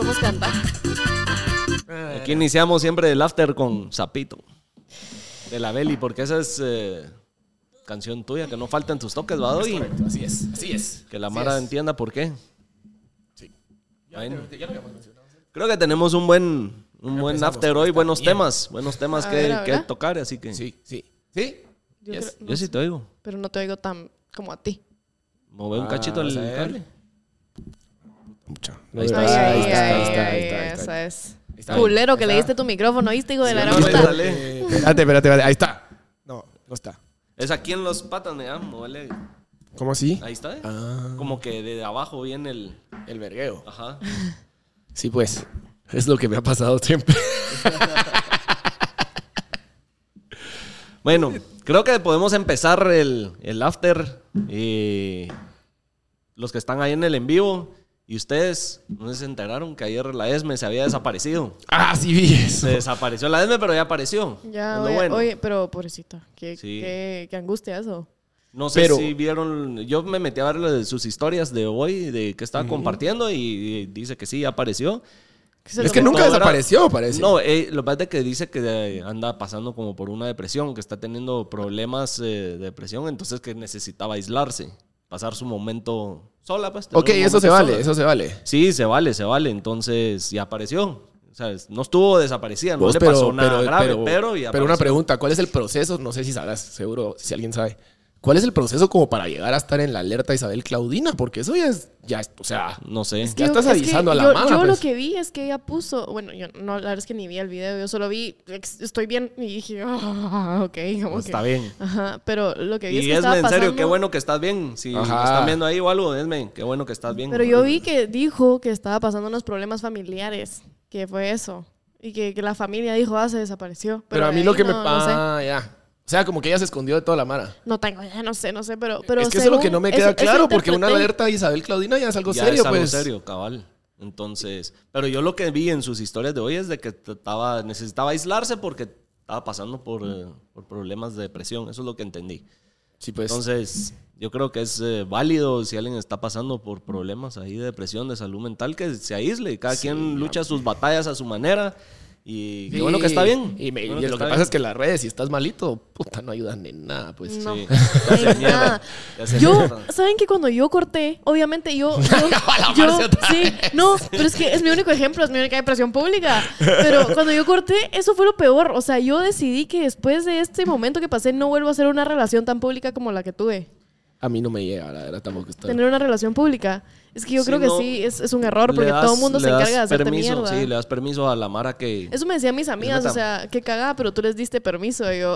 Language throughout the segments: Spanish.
podemos cantar. Aquí iniciamos siempre el after con Zapito de la Beli, porque esa es canción tuya, que no falta en tus toques, ¿va, Doggy? Correcto, así es. Que la Así Mara es. entienda por qué. Sí. Bueno. Ya lo habíamos mencionado. Creo que tenemos un buen empezamos after con hoy, esta buenos mierda. temas A que, ver, que ¿verdad? tocar, así que Sí. Yo, Yes. creo- yo sí te oigo. pero no te oigo tan como a ti. Move un cachito el Vamos a ver. cable. Mucha. Ahí está, Ay, ahí esa es. está. Culero que Ahí le está. diste tu micrófono, ¿viste, hijo de la Sí, gran no, puta? dale. Espérate. Ahí está. No está. Es aquí en los patas, ¿no? Móvele. ¿Cómo así? Ahí está. Ah. Como que de abajo viene El vergueo. Ajá. Sí, pues. Es lo que me ha pasado siempre. Bueno, creo que podemos empezar el after. Los que están ahí en el en vivo. Y ustedes, no sé si se enteraron que ayer la ESME se había desaparecido. Ah, sí vi eso. Se desapareció la ESME, pero ya apareció. Ya, Es lo oye, bueno. oye, pero pobrecita, Sí. qué angustia eso. No sé Pero- si vieron, yo me metí a ver sus historias de hoy, de que estaba compartiendo y dice que sí, apareció. Se Es lo- que nunca Todo era- desapareció, parece. No, lo que pasa es que dice que anda pasando como por una depresión, que está teniendo problemas de depresión, entonces que necesitaba aislarse, pasar su momento sola. Pues, tener Ok, un eso momento se vale, sola. eso se vale. Sí, se vale, entonces ya apareció. O sea, no estuvo desaparecida, no Vos, le pasó nada grave, pero ya pero una apareció. pregunta, ¿cuál es el proceso? No sé si sabrás, seguro, si alguien sabe. ¿Cuál es el proceso como para llegar a estar en la alerta Isabel Claudina? Porque eso ya es, o sea, No sé. Es Ya yo- estás es que avisando a la yo, mala, Yo lo pues. que vi es que ella puso, bueno, yo no, la verdad es que ni vi el video, yo solo vi, estoy bien, y dije, ok, como que... Está bien. Ajá, pero lo que vi es Y que Esme, estaba en serio, pasando... qué bueno que estás bien. Si Ajá. me están viendo ahí o algo, Esme, qué bueno que estás bien. Pero yo vi que dijo que estaba pasando unos problemas familiares, que fue eso, y que la familia dijo, se desapareció. pero a de mí ahí lo que me no sé. pasa, ya. O sea, como que ella se escondió de toda la mara. No tengo, ya no sé, pero Es que eso es lo que no me queda eso claro, porque una interpreté. alerta Isabel Claudina ya es algo Ya serio, es algo pues. serio, cabal. Entonces, pero yo lo que vi en sus historias de hoy es de que necesitaba aislarse porque estaba pasando por problemas de depresión. Eso es lo que entendí. Sí, pues. Entonces, yo creo que es válido si alguien está pasando por problemas ahí de depresión, de salud mental, que se aísle. Cada quien lucha sus batallas a su manera. Y qué bueno que está bien. Y, Qué bueno y lo que está pasa bien. es que las redes, si estás malito, puta, no ayudan en nada, pues. No. Sí. No hay nada. Ya se Yo, mierda. ¿saben que cuando yo corté, obviamente yo la Marce otra sí, vez. no, pero es que es mi único ejemplo, es mi única depresión pública. Pero cuando yo corté, eso fue lo peor. O sea, yo decidí que después de este momento que pasé, no vuelvo a hacer una relación tan pública como la que tuve. A mí no me llega, la verdad, tampoco está. Tener una relación pública. Es que yo Sí, creo que no. sí, es un error, Le porque das- todo el mundo se le das encarga de hacerte permiso, mierda. Sí, le das permiso a la Mara que... Eso me decían mis amigas, neta. o sea, qué cagada, pero tú les diste permiso. Y yo,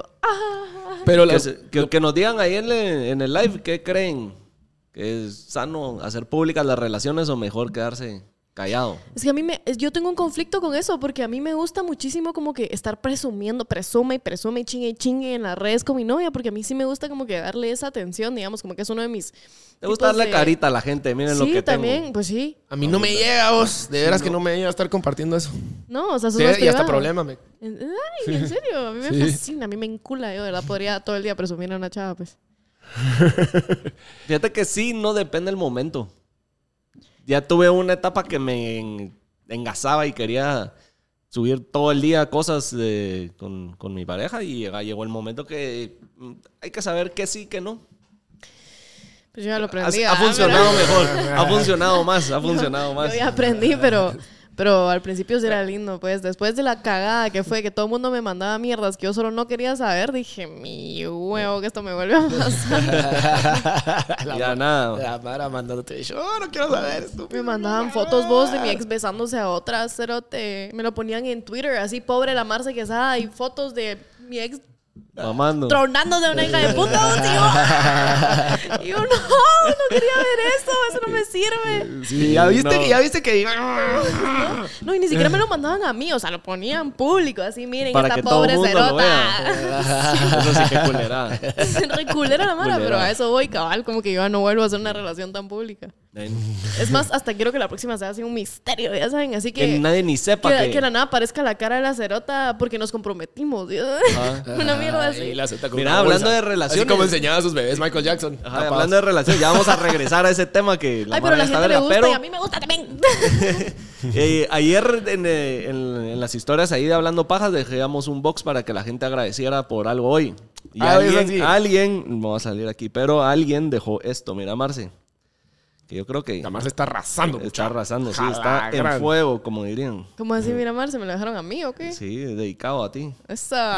Pero Que nos digan ahí en el live qué creen. ¿Que es sano hacer públicas las relaciones o mejor quedarse callado? es que a mí yo tengo un conflicto con eso, porque a mí me gusta muchísimo como que estar presumiendo, presume y chingue en las redes con mi novia, porque a mí sí me gusta como que darle esa atención, digamos, como que es uno de mis... ¿Te gusta tipos darle de- carita a la gente? Miren lo Sí, que también, tengo. pues sí. a mí no me llega, vos. De veras que no me llega a estar compartiendo eso. No, o sea, eso Sí, no es y hasta privado. problema. Ay, en serio, a mí me Sí. fascina, a mí me encula, yo de verdad podría todo el día presumir a una chava, pues. Fíjate que sí, no depende del momento. Ya tuve una etapa que me engasaba y quería subir todo el día cosas con mi pareja y llegó el momento que hay que saber que sí, que no. Pues yo ya lo aprendí. Ha funcionado mejor, ha funcionado más. Yo ya aprendí, pero al principio sí era lindo, pues. Después de la cagada que fue, que todo el mundo me mandaba mierdas que yo solo no quería saber, dije, mi huevo, que esto me vuelve a pasar. Ya nada. La Mara mandándote. Yo no quiero saber esto. Me mandaban fotos vos de mi ex besándose a otra cerote. Me lo ponían en Twitter, así pobre la Marce Quesada, y fotos de mi ex Mamando. tronándose a una hija de puta. Vos, y yo, no quería ver eso no me sirve. Sí, ya viste, No. ya viste que... No, y ni siquiera me lo mandaban a mí, o sea, lo ponían público, así, miren, Para esta que todo pobre el mundo lo cerota. Eso sí que culera. Reculera la mara, Culera. pero a eso voy, cabal, como que yo ya no vuelvo a hacer una relación tan pública. Es más, hasta quiero que la próxima sea así un misterio, ya saben, así Que que... nadie ni sepa Que la nada aparezca la cara de la cerota porque nos comprometimos. Una mierda así. Y la acepta con Mira, una hablando bolsa. de relaciones. Así como enseñaba a sus bebés Michael Jackson. Ajá, Tapados. hablando de relación, ya vamos a regresar a ese tema que la Ay, pero Mara a la ya está gente le verga, gusta pero y a mí me gusta también. Ayer en las historias ahí de Hablando Pajas dejamos un box para que la gente agradeciera por algo hoy. Y alguien, no va a salir aquí, pero alguien dejó esto. Mira, Marce. Que yo creo que... La Marce está arrasando. Está arrasando, sí. Está en fuego, como dirían. ¿Cómo así, mira, Marce? ¿Me lo dejaron a mí o qué? Sí, dedicado a ti. Esa.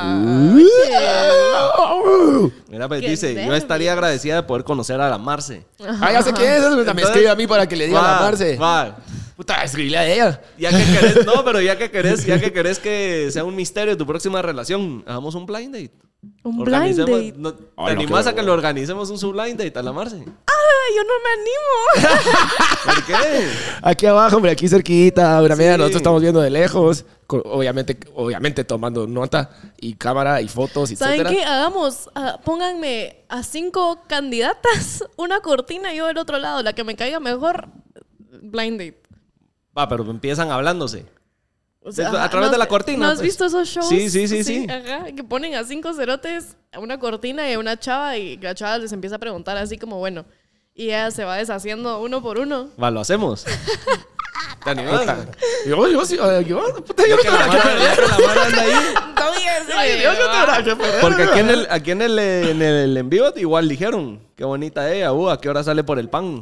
Mira, pues Qué dice, yo nervios. estaría agradecida de poder conocer a la Marce. Ah, ya sé quién es. Me escribe a mí para que le diga a la Marce. Va. Puta, escribile a ella. Ya que querés, no, pero ya que querés que sea un misterio de tu próxima relación, hagamos un blind date. Un blind date. ¿Te Ay, no, animás qué a que lo organicemos un blind date a la Marce? Ay, yo no me animo. ¿Por qué? Aquí abajo, hombre, aquí cerquita. Mira, Sí. nosotros estamos viendo de lejos. Obviamente tomando nota y cámara y fotos, ¿Saben etcétera. qué? Hagamos, pónganme a 5 candidatas, una cortina y yo del otro lado, la que me caiga mejor, blind date. Va, pero empiezan hablándose. O sea, A través de la cortina, ¿No has pues. visto esos shows? Sí. Ajá, que ponen a 5 cerotes a una cortina y a una chava y la chava les empieza a preguntar así como, bueno, y ella se va deshaciendo uno por uno. Va, lo hacemos. ¿Te animás? Yo sí, puta, yo no Que tengo la nada que Mara- ya que la Mara anda ahí. No digas Ay, Dios, yo no tengo nada que perder. Porque aquí en el en vivo igual dijeron, qué bonita ella, ¿a qué hora sale por el pan?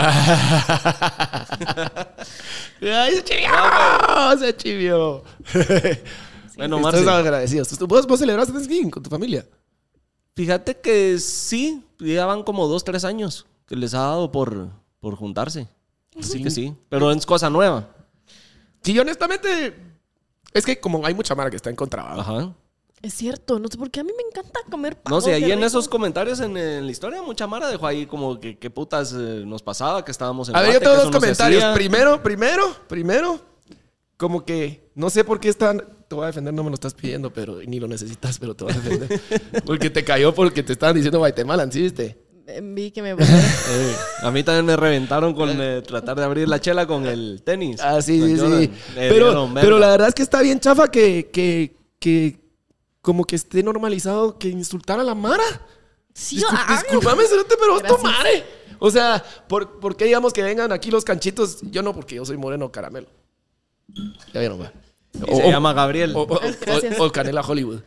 Ay, se chivió. Bueno, Estás Marce. agradecidos. ¿Vos celebraste Thanksgiving con tu familia? Fíjate que sí, ya van como 2-3 años que les ha dado por juntarse. Sí que sí, pero es cosa nueva. Sí, honestamente, es que como hay mucha mara que está en contra, ¿va? Ajá. Es cierto, no sé por qué a mí me encanta comer pavo. No sé, ahí qué en rico. esos comentarios en la historia, mucha Mara dejó ahí como que qué putas nos pasaba, que estábamos en A ver, yo mate, tengo que dos eso no se comentarios. hacía. Primero, como que no sé por qué están. Te voy a defender, no me lo estás pidiendo, pero ni lo necesitas, pero te voy a defender. Porque te cayó porque te estaban diciendo Guatemala, ¿sí viste? Vi que me... A mí también me reventaron con tratar de abrir la chela con el tenis. Ah, sí, Con sí, Jordan. sí. Me Pero dieron verga. la verdad es que está bien chafa que como que esté normalizado que insultar a la mara. Sí, Disculpame, cerote, pero Gracias. esto mare. O sea, ¿por qué digamos que vengan aquí los canchitos? Yo no, porque yo soy moreno caramelo. Ya vieron, va. Y se llama Gabriel. Gracias. O Canela Hollywood.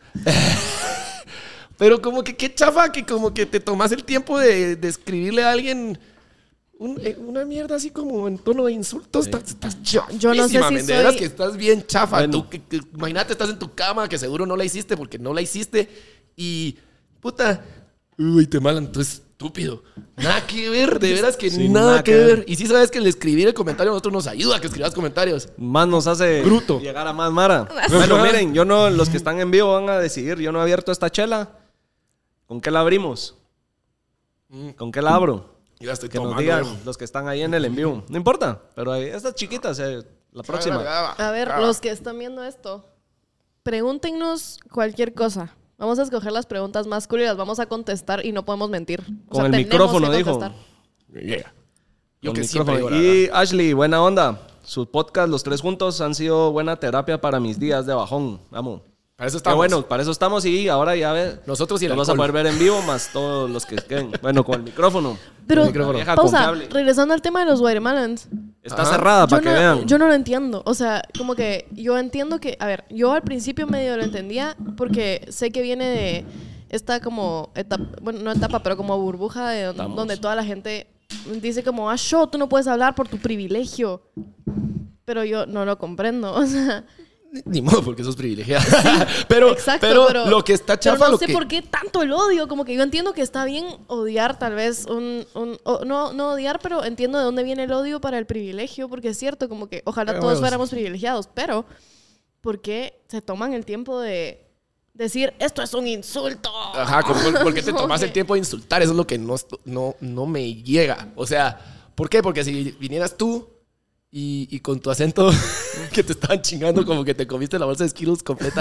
Pero como que qué chafa que como que te tomas el tiempo de escribirle a alguien una mierda así como en tono de insultos. Estás Yo no sé chafísima, si men, de veras soy- que estás bien chafa. Bueno. Imagínate, estás en tu cama que seguro no la hiciste porque no la hiciste. Y, puta, uy, te malan, tú estúpido. Nada que ver, de veras que Sí, nada que ver. Y sí sabes que el escribir el comentario a nosotros nos ayuda a que escribas comentarios. Más nos hace Bruto. llegar a más Mara. Bueno, miren, yo no, los que están en vivo van a decidir. Yo no he abierto esta chela. ¿Con qué la abrimos? ¿Con qué la abro? Yo ya estoy Que nos tomando. digan viejo. los que están ahí en el en vivo. No importa, pero estas chiquitas, la próxima. A ver, los que están viendo esto, pregúntenos cualquier cosa. Vamos a escoger las preguntas más cool y las vamos a contestar y no podemos mentir. O Con el tenemos micrófono, que dijo. contestar. Yeah. Yo Con que micrófono. siempre digo la Y verdad. Ashley, buena onda. Su podcast, Los Tres Juntos, han sido buena terapia para mis días de bajón. Vamos. Para eso Qué estamos. bueno, para eso estamos y ahora ya ves. Nosotros y el Lo vas a alcohol. poder ver en vivo, más todos los que queden. Bueno, con el micrófono. Pero, micrófono. Vieja pausa, confiable. regresando al tema de los Guatemalans. Está Ajá. cerrada para que vean. Yo no lo entiendo. O sea, como que yo entiendo que... A ver, yo al principio medio lo entendía porque sé que viene de esta como etapa... Bueno, no etapa, pero como burbuja de Estamos. donde toda la gente dice como... Ah, yo, tú no puedes hablar por tu privilegio. Pero yo no lo comprendo. O sea... Ni modo, porque sos privilegiado. pero, Exacto, pero lo que está chafa, pero no lo sé que... por qué tanto el odio. Como que yo entiendo que está bien odiar, tal vez, no odiar, pero entiendo de dónde viene el odio para el privilegio, porque es cierto, como que ojalá todos huevos. fuéramos privilegiados, pero ¿por qué se toman el tiempo de decir esto es un insulto? Ajá, ¿por qué te Como tomas que- el tiempo de insultar? Eso es lo que no me llega. O sea, ¿por qué? Porque si vinieras tú y con tu acento que te estaban chingando como que te comiste la bolsa de Skittles completa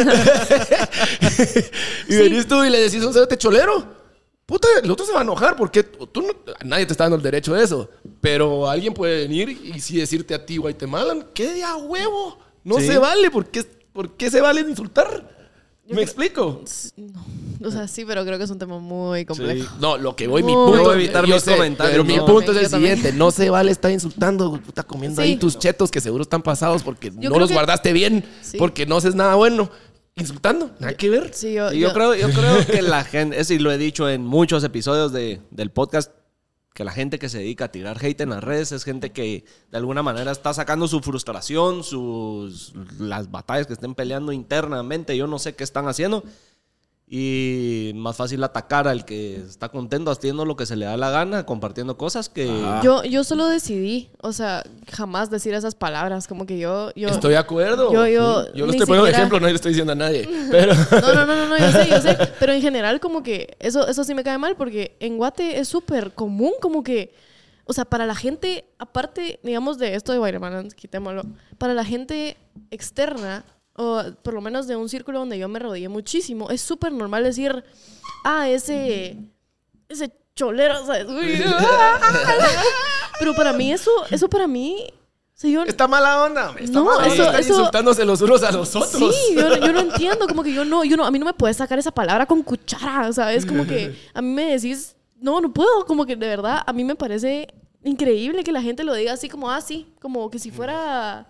y venís tú y le decís a un cerote cholero, puta, el otro se va a enojar porque tú nadie te está dando el derecho de eso. Pero alguien puede venir y sí decirte a ti, Guatemalan, ¿qué de a huevo? No Sí. se vale. ¿Por qué se vale insultar? ¿Me explico? O sea, sí, pero creo que es un tema muy complejo. Sí. No, lo que voy, mi Muy punto... Voy a evitar yo mis sé, comentarios, pero mi no. punto es Yo el también. siguiente. No se vale estar insultando, puta, comiendo Sí. ahí tus chetos que seguro están pasados porque no creo los que- guardaste bien, Sí. porque no haces nada bueno. Insultando, nada que ver. Sí, Y yo creo que la gente, eso y lo he dicho en muchos episodios del podcast, que la gente que se dedica a tirar hate en las redes es gente que de alguna manera está sacando su frustración, las batallas que estén peleando internamente, yo no sé qué están haciendo. Y más fácil atacar al que está contento haciendo lo que se le da la gana, compartiendo cosas que... Yo solo decidí, o sea, jamás decir esas palabras, como que yo Estoy de acuerdo. yo Yo lo ni estoy poniendo de siquiera- ejemplo, no le estoy diciendo a nadie. Pero No, yo sé, pero en general como que eso sí me cae mal porque en Guate es súper común como que, o sea, para la gente, aparte, digamos, de esto de Guayramanans, quitémoslo, para la gente externa, o por lo menos de un círculo donde yo me rodeé muchísimo, es súper normal decir, ese cholero, ¿sabes? Uy, pero para mí eso para mí, o sea, yo... está mala onda. Está No, mala onda eso- estar eso- insultándose los unos a los otros. Sí, yo no entiendo, como que yo no, a mí no me puedes sacar esa palabra con cuchara, o sea, es como que a mí me decís, no puedo, como que de verdad, a mí me parece increíble que la gente lo diga así como, sí, como que si fuera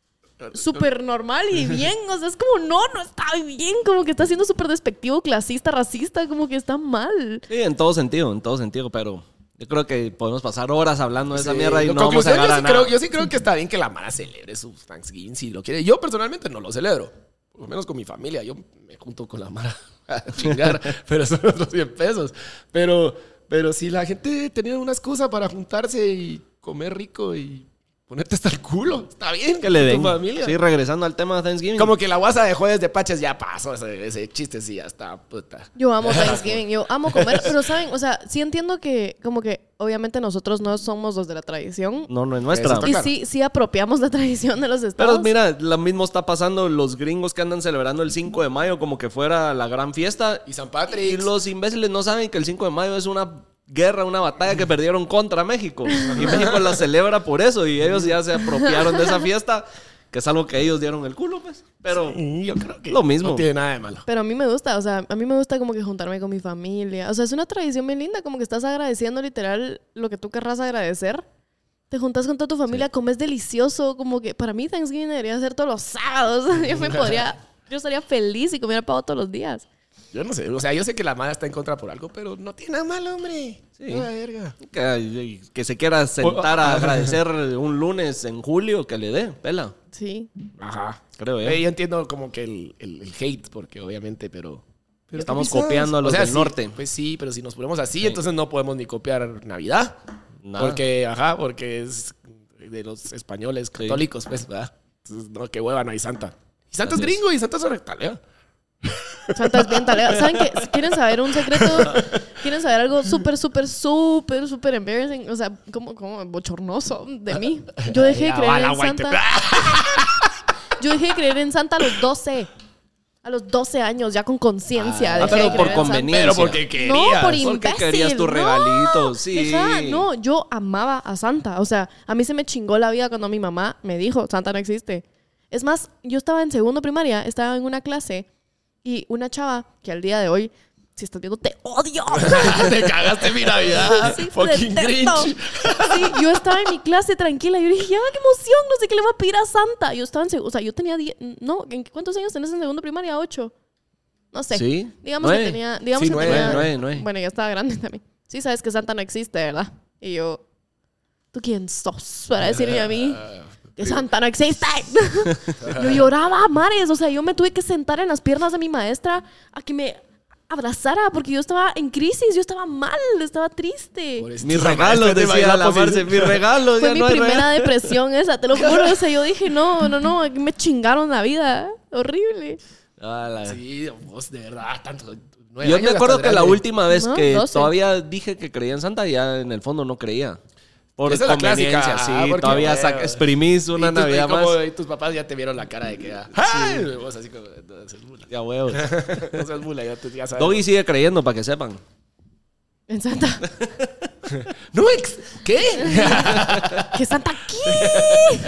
súper normal y bien, o sea, es como, no está bien, como que está siendo súper despectivo, clasista, racista, como que está mal. Sí, en todo sentido, pero yo creo que podemos pasar horas hablando de esa mierda y En no vamos a conclusión, llegar a nada. yo sí creo que está bien que la Mara celebre su Thanksgiving si lo quiere. Yo personalmente no lo celebro. Por lo menos con mi familia. Yo me junto con la Mara a chingar, pero son otros 100 pesos. Pero si la gente tenía una excusa para juntarse y comer rico y ponerte hasta el culo, está bien. Que le den. Tu familia. Sí, regresando al tema de Thanksgiving. Como que la guasa de jueves de Paches ya pasó. Ese chiste sí, ya está, puta. Yo amo Thanksgiving, yo amo comer, pero saben, o sea, sí entiendo que como que obviamente nosotros no somos los de la tradición No es nuestra. Eso y claro. sí apropiamos la tradición de los estados. Pero mira, lo mismo está pasando los gringos que andan celebrando el 5 de mayo como que fuera la gran fiesta. Y San Y Patrick. los imbéciles no saben que el 5 de mayo es una guerra, una batalla que perdieron contra México. Y México la celebra por eso. Y ellos ya se apropiaron de esa fiesta, que es algo que ellos dieron el culo, pues. Pero Sí, yo creo que lo mismo. no tiene nada de malo. Pero a mí me gusta, o sea, a mí me gusta como que juntarme con mi familia. O sea, es una tradición bien linda, como que estás agradeciendo literal lo que tú querrás agradecer. Te juntas con toda tu familia, comes delicioso, como que para mí Thanksgiving debería ser todos los sábados. Yo estaría feliz si comiera pavo todos los días. Yo no sé, o sea, yo sé que la Mara está en contra por algo, pero no tiene nada malo, hombre. Sí. No, verga. que se quiera sentar a agradecer un lunes en julio, que le dé, pela. Sí. Ajá. Creo yo. Yo entiendo como que el hate, porque obviamente, pero Estamos quizás- copiando a los del sí, norte. Pues sí, pero si nos ponemos así, entonces no podemos ni copiar Navidad. Nada. Porque es de los españoles católicos, pues, ¿verdad? Entonces, no, qué hueva, no hay Santa. Y Santa es Así es. gringo y Santa es rectalea. Santa es bien talega. ¿Saben qué? Si quieren saber un secreto, quieren saber algo súper embarrassing, o sea, como bochornoso de mí. Yo dejé de creer en Santa. Yo dejé de creer en Santa a los 12. A los 12 años, ya con conciencia. dejé de pero creer por en conveniencia. Pero porque Santa. querías. No, por Porque imbécil. querías tu no. regalito, sí. Deja, no, yo amaba a Santa. O sea, a mí se me chingó la vida cuando mi mamá me dijo, Santa no existe. Es más, yo estaba en segundo primaria, estaba en una clase y una chava que al día de hoy, si estás viendo, te odio. Te cagaste mi Navidad. Sí, te Fucking detesto. Grinch. Sí, yo estaba en mi clase tranquila y yo dije, qué emoción, no sé qué le voy a pedir a Santa. Yo estaba o sea, yo tenía 10, no, ¿cuántos años tenés en segundo primaria? 8. No sé. Sí, Digamos 9. que tenía, digamos Sí, que 9, tenía, 9. Bueno, ya estaba grande también. Sí, sabes que Santa no existe, ¿verdad? Y yo, ¿tú quién sos para decirme a mí que Santa no existe? Yo lloraba a mares, o sea, yo me tuve que sentar en las piernas de mi maestra a que me abrazara porque yo estaba en crisis, yo estaba mal, estaba triste. Mis regalos, decía la Marce, mis regalos. Fue ya mi no hay primera regalos. depresión esa, te lo juro. O sea, yo dije, no, aquí me chingaron la vida. Horrible. Sí, vos de verdad, tanto. Yo me acuerdo que la última vez No, que 12. todavía dije que creía en Santa, ya en el fondo no creía. Por Esa es la conveniencia, clásica, sí. porque, Todavía exprimís una Navidad más. Y tus papás ya te vieron la cara de que... ¡Ay! Vos así como... No seas mula. Ya huevos. No seas mula, ya sabes. Doggy sigue creyendo, para que sepan. En Santa. No, ¿qué? ¿Qué Santa aquí?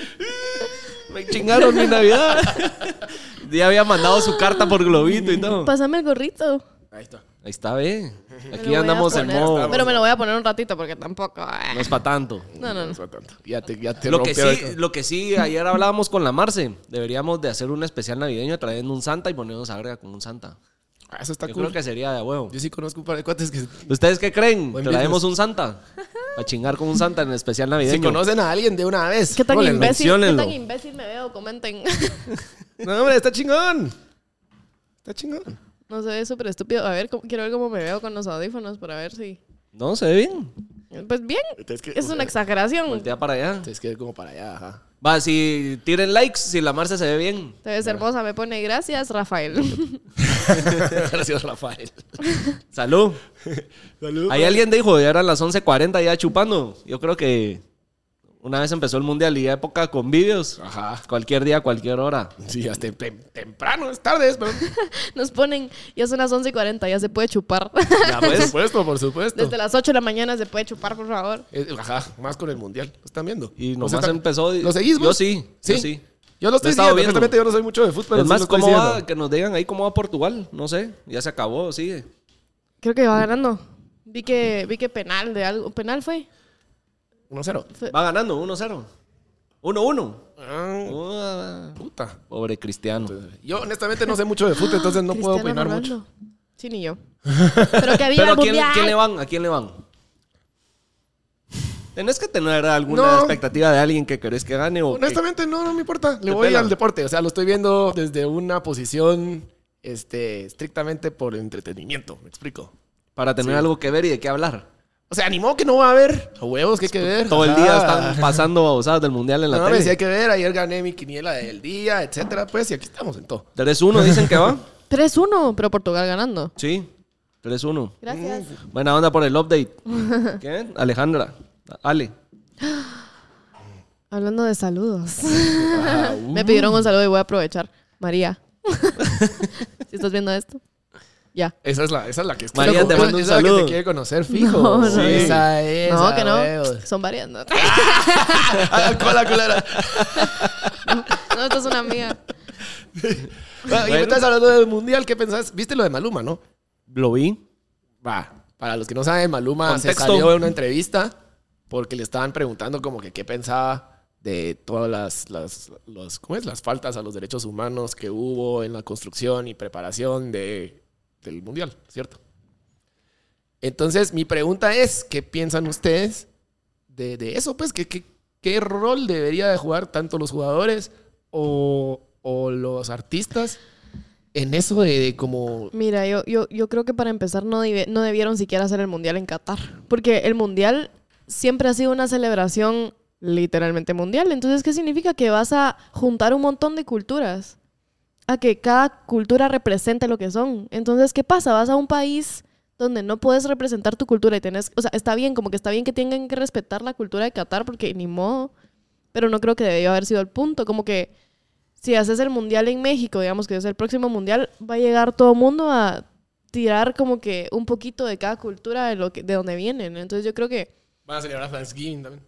Me chingaron mi Navidad. Ya había mandado su carta por globito y todo. Pásame el gorrito. Ahí está. Ahí está, ve. Me Aquí lo voy a andamos en poner, modo. pero me lo voy a poner un ratito porque tampoco. No es para tanto. No. No fue tanto. Ya te Lo que, rompieron. sí, lo que sí, ayer hablábamos con la Marce. Deberíamos de hacer un especial navideño trayendo un santa y ponernos a verga con un santa. Eso está Yo cool. creo que sería de huevo. Yo sí conozco un par de cuates que... ¿Ustedes qué creen? Buen Traemos business. un santa. A chingar con un santa en el especial Si navideño. conocen a alguien de una vez. ¿Qué tan rólenlo. imbécil? ¿Qué menciónenlo. tan imbécil me veo? Comenten. No, hombre, está chingón. Está chingón. No sé, es súper estúpido. A ver, quiero ver cómo me veo con los audífonos para ver si. No, se ve bien. Pues bien, es una exageración. Voltea para allá. Tienes que ir como para allá, ajá. Va, si tiren likes, si la Marce se ve bien. Te ves hermosa, me pone gracias, Rafael. Gracias, Rafael. Salud. Salud. Ahí alguien dijo, ya eran las 11:40 ya chupando. Yo creo que una vez empezó el mundial y ya época convivios. Ajá. Cualquier día, cualquier hora. Sí, hasta temprano, es tarde, pero... Nos ponen, ya son las 11:40, ya se puede chupar. Ya Por pues. supuesto, por supuesto. Desde las 8 de la mañana se puede chupar, por favor. Ajá, más con el mundial. ¿Lo están viendo? Y ¿Lo nomás están- empezó. ¿Lo seguís vos? Yo sí. ¿Sí? Yo sí. Yo lo estoy Lo he estado siguiendo. viendo. Honestamente, yo no soy mucho de fútbol, pero Es más, sí lo estoy ¿cómo va? siguiendo. Que nos digan ahí cómo va Portugal. No sé. Ya se acabó, sigue. Creo que va ganando. Vi que penal de algo. ¿Penal fue? 1-0. Va ganando 1-0. 1-1. Ah, puta. Pobre Cristiano. Yo honestamente no sé mucho de fútbol, entonces no puedo Cristiano opinar Ronaldo. mucho. Sí, ni yo. Pero que había Pero el mundial. ¿quién le van? ¿A quién le van? Tenés que tener alguna No. expectativa de alguien que querés que gane o qué. Honestamente, no me importa. Le Te voy pela. al deporte. O sea, lo estoy viendo desde una posición estrictamente por entretenimiento. ¿Me explico? Para tener Sí. algo que ver y de qué hablar. O sea, ni modo que no va a haber. A huevos que hay que ver. Todo el Ajá. día están pasando babosadas del mundial en la No, tele. si hay que ver. Ayer gané mi quiniela del día, etcétera. Pues, y aquí estamos en todo. 3-1 dicen que va. 3-1, pero Portugal ganando. Sí, 3-1. Gracias. Buena onda por el update. ¿Qué? Alejandra. Ale. Hablando de saludos. Me pidieron un saludo y voy a aprovechar. María. Si estás viendo esto. Ya. Esa es la que está. María, te mando un Esa es la que saludo. te quiere conocer, fijo. No, no. Sí. Esa es. No, que no. huevos. Son varias, ¿no? Cola culera. No, esta es una amiga. Bueno, y me estás hablando del mundial. ¿Qué pensás? ¿Viste lo de Maluma, no? Lo vi. Va. Para los que no saben, Maluma Contexto. se salió de una entrevista porque le estaban preguntando como que qué pensaba de todas ¿cómo es? Las faltas a los derechos humanos que hubo en la construcción y preparación del mundial, ¿cierto? Entonces, mi pregunta es, ¿qué piensan ustedes de eso? Pues, ¿qué rol debería de jugar tanto los jugadores o los artistas en eso de como... Mira, yo creo que para empezar no debieron siquiera hacer el mundial en Qatar. Porque el mundial siempre ha sido una celebración literalmente mundial. Entonces, ¿qué significa? Que vas a juntar un montón de culturas. A que cada cultura represente lo que son. Entonces, ¿qué pasa? Vas a un país donde no puedes representar tu cultura y tenés... O sea, está bien que tengan que respetar la cultura de Qatar porque ni modo. Pero no creo que debió haber sido el punto. Como que si haces el mundial en México, digamos que es el próximo mundial, va a llegar todo el mundo a tirar como que un poquito de cada cultura de donde vienen. Entonces yo creo que Van a celebrar Thanksgiving también.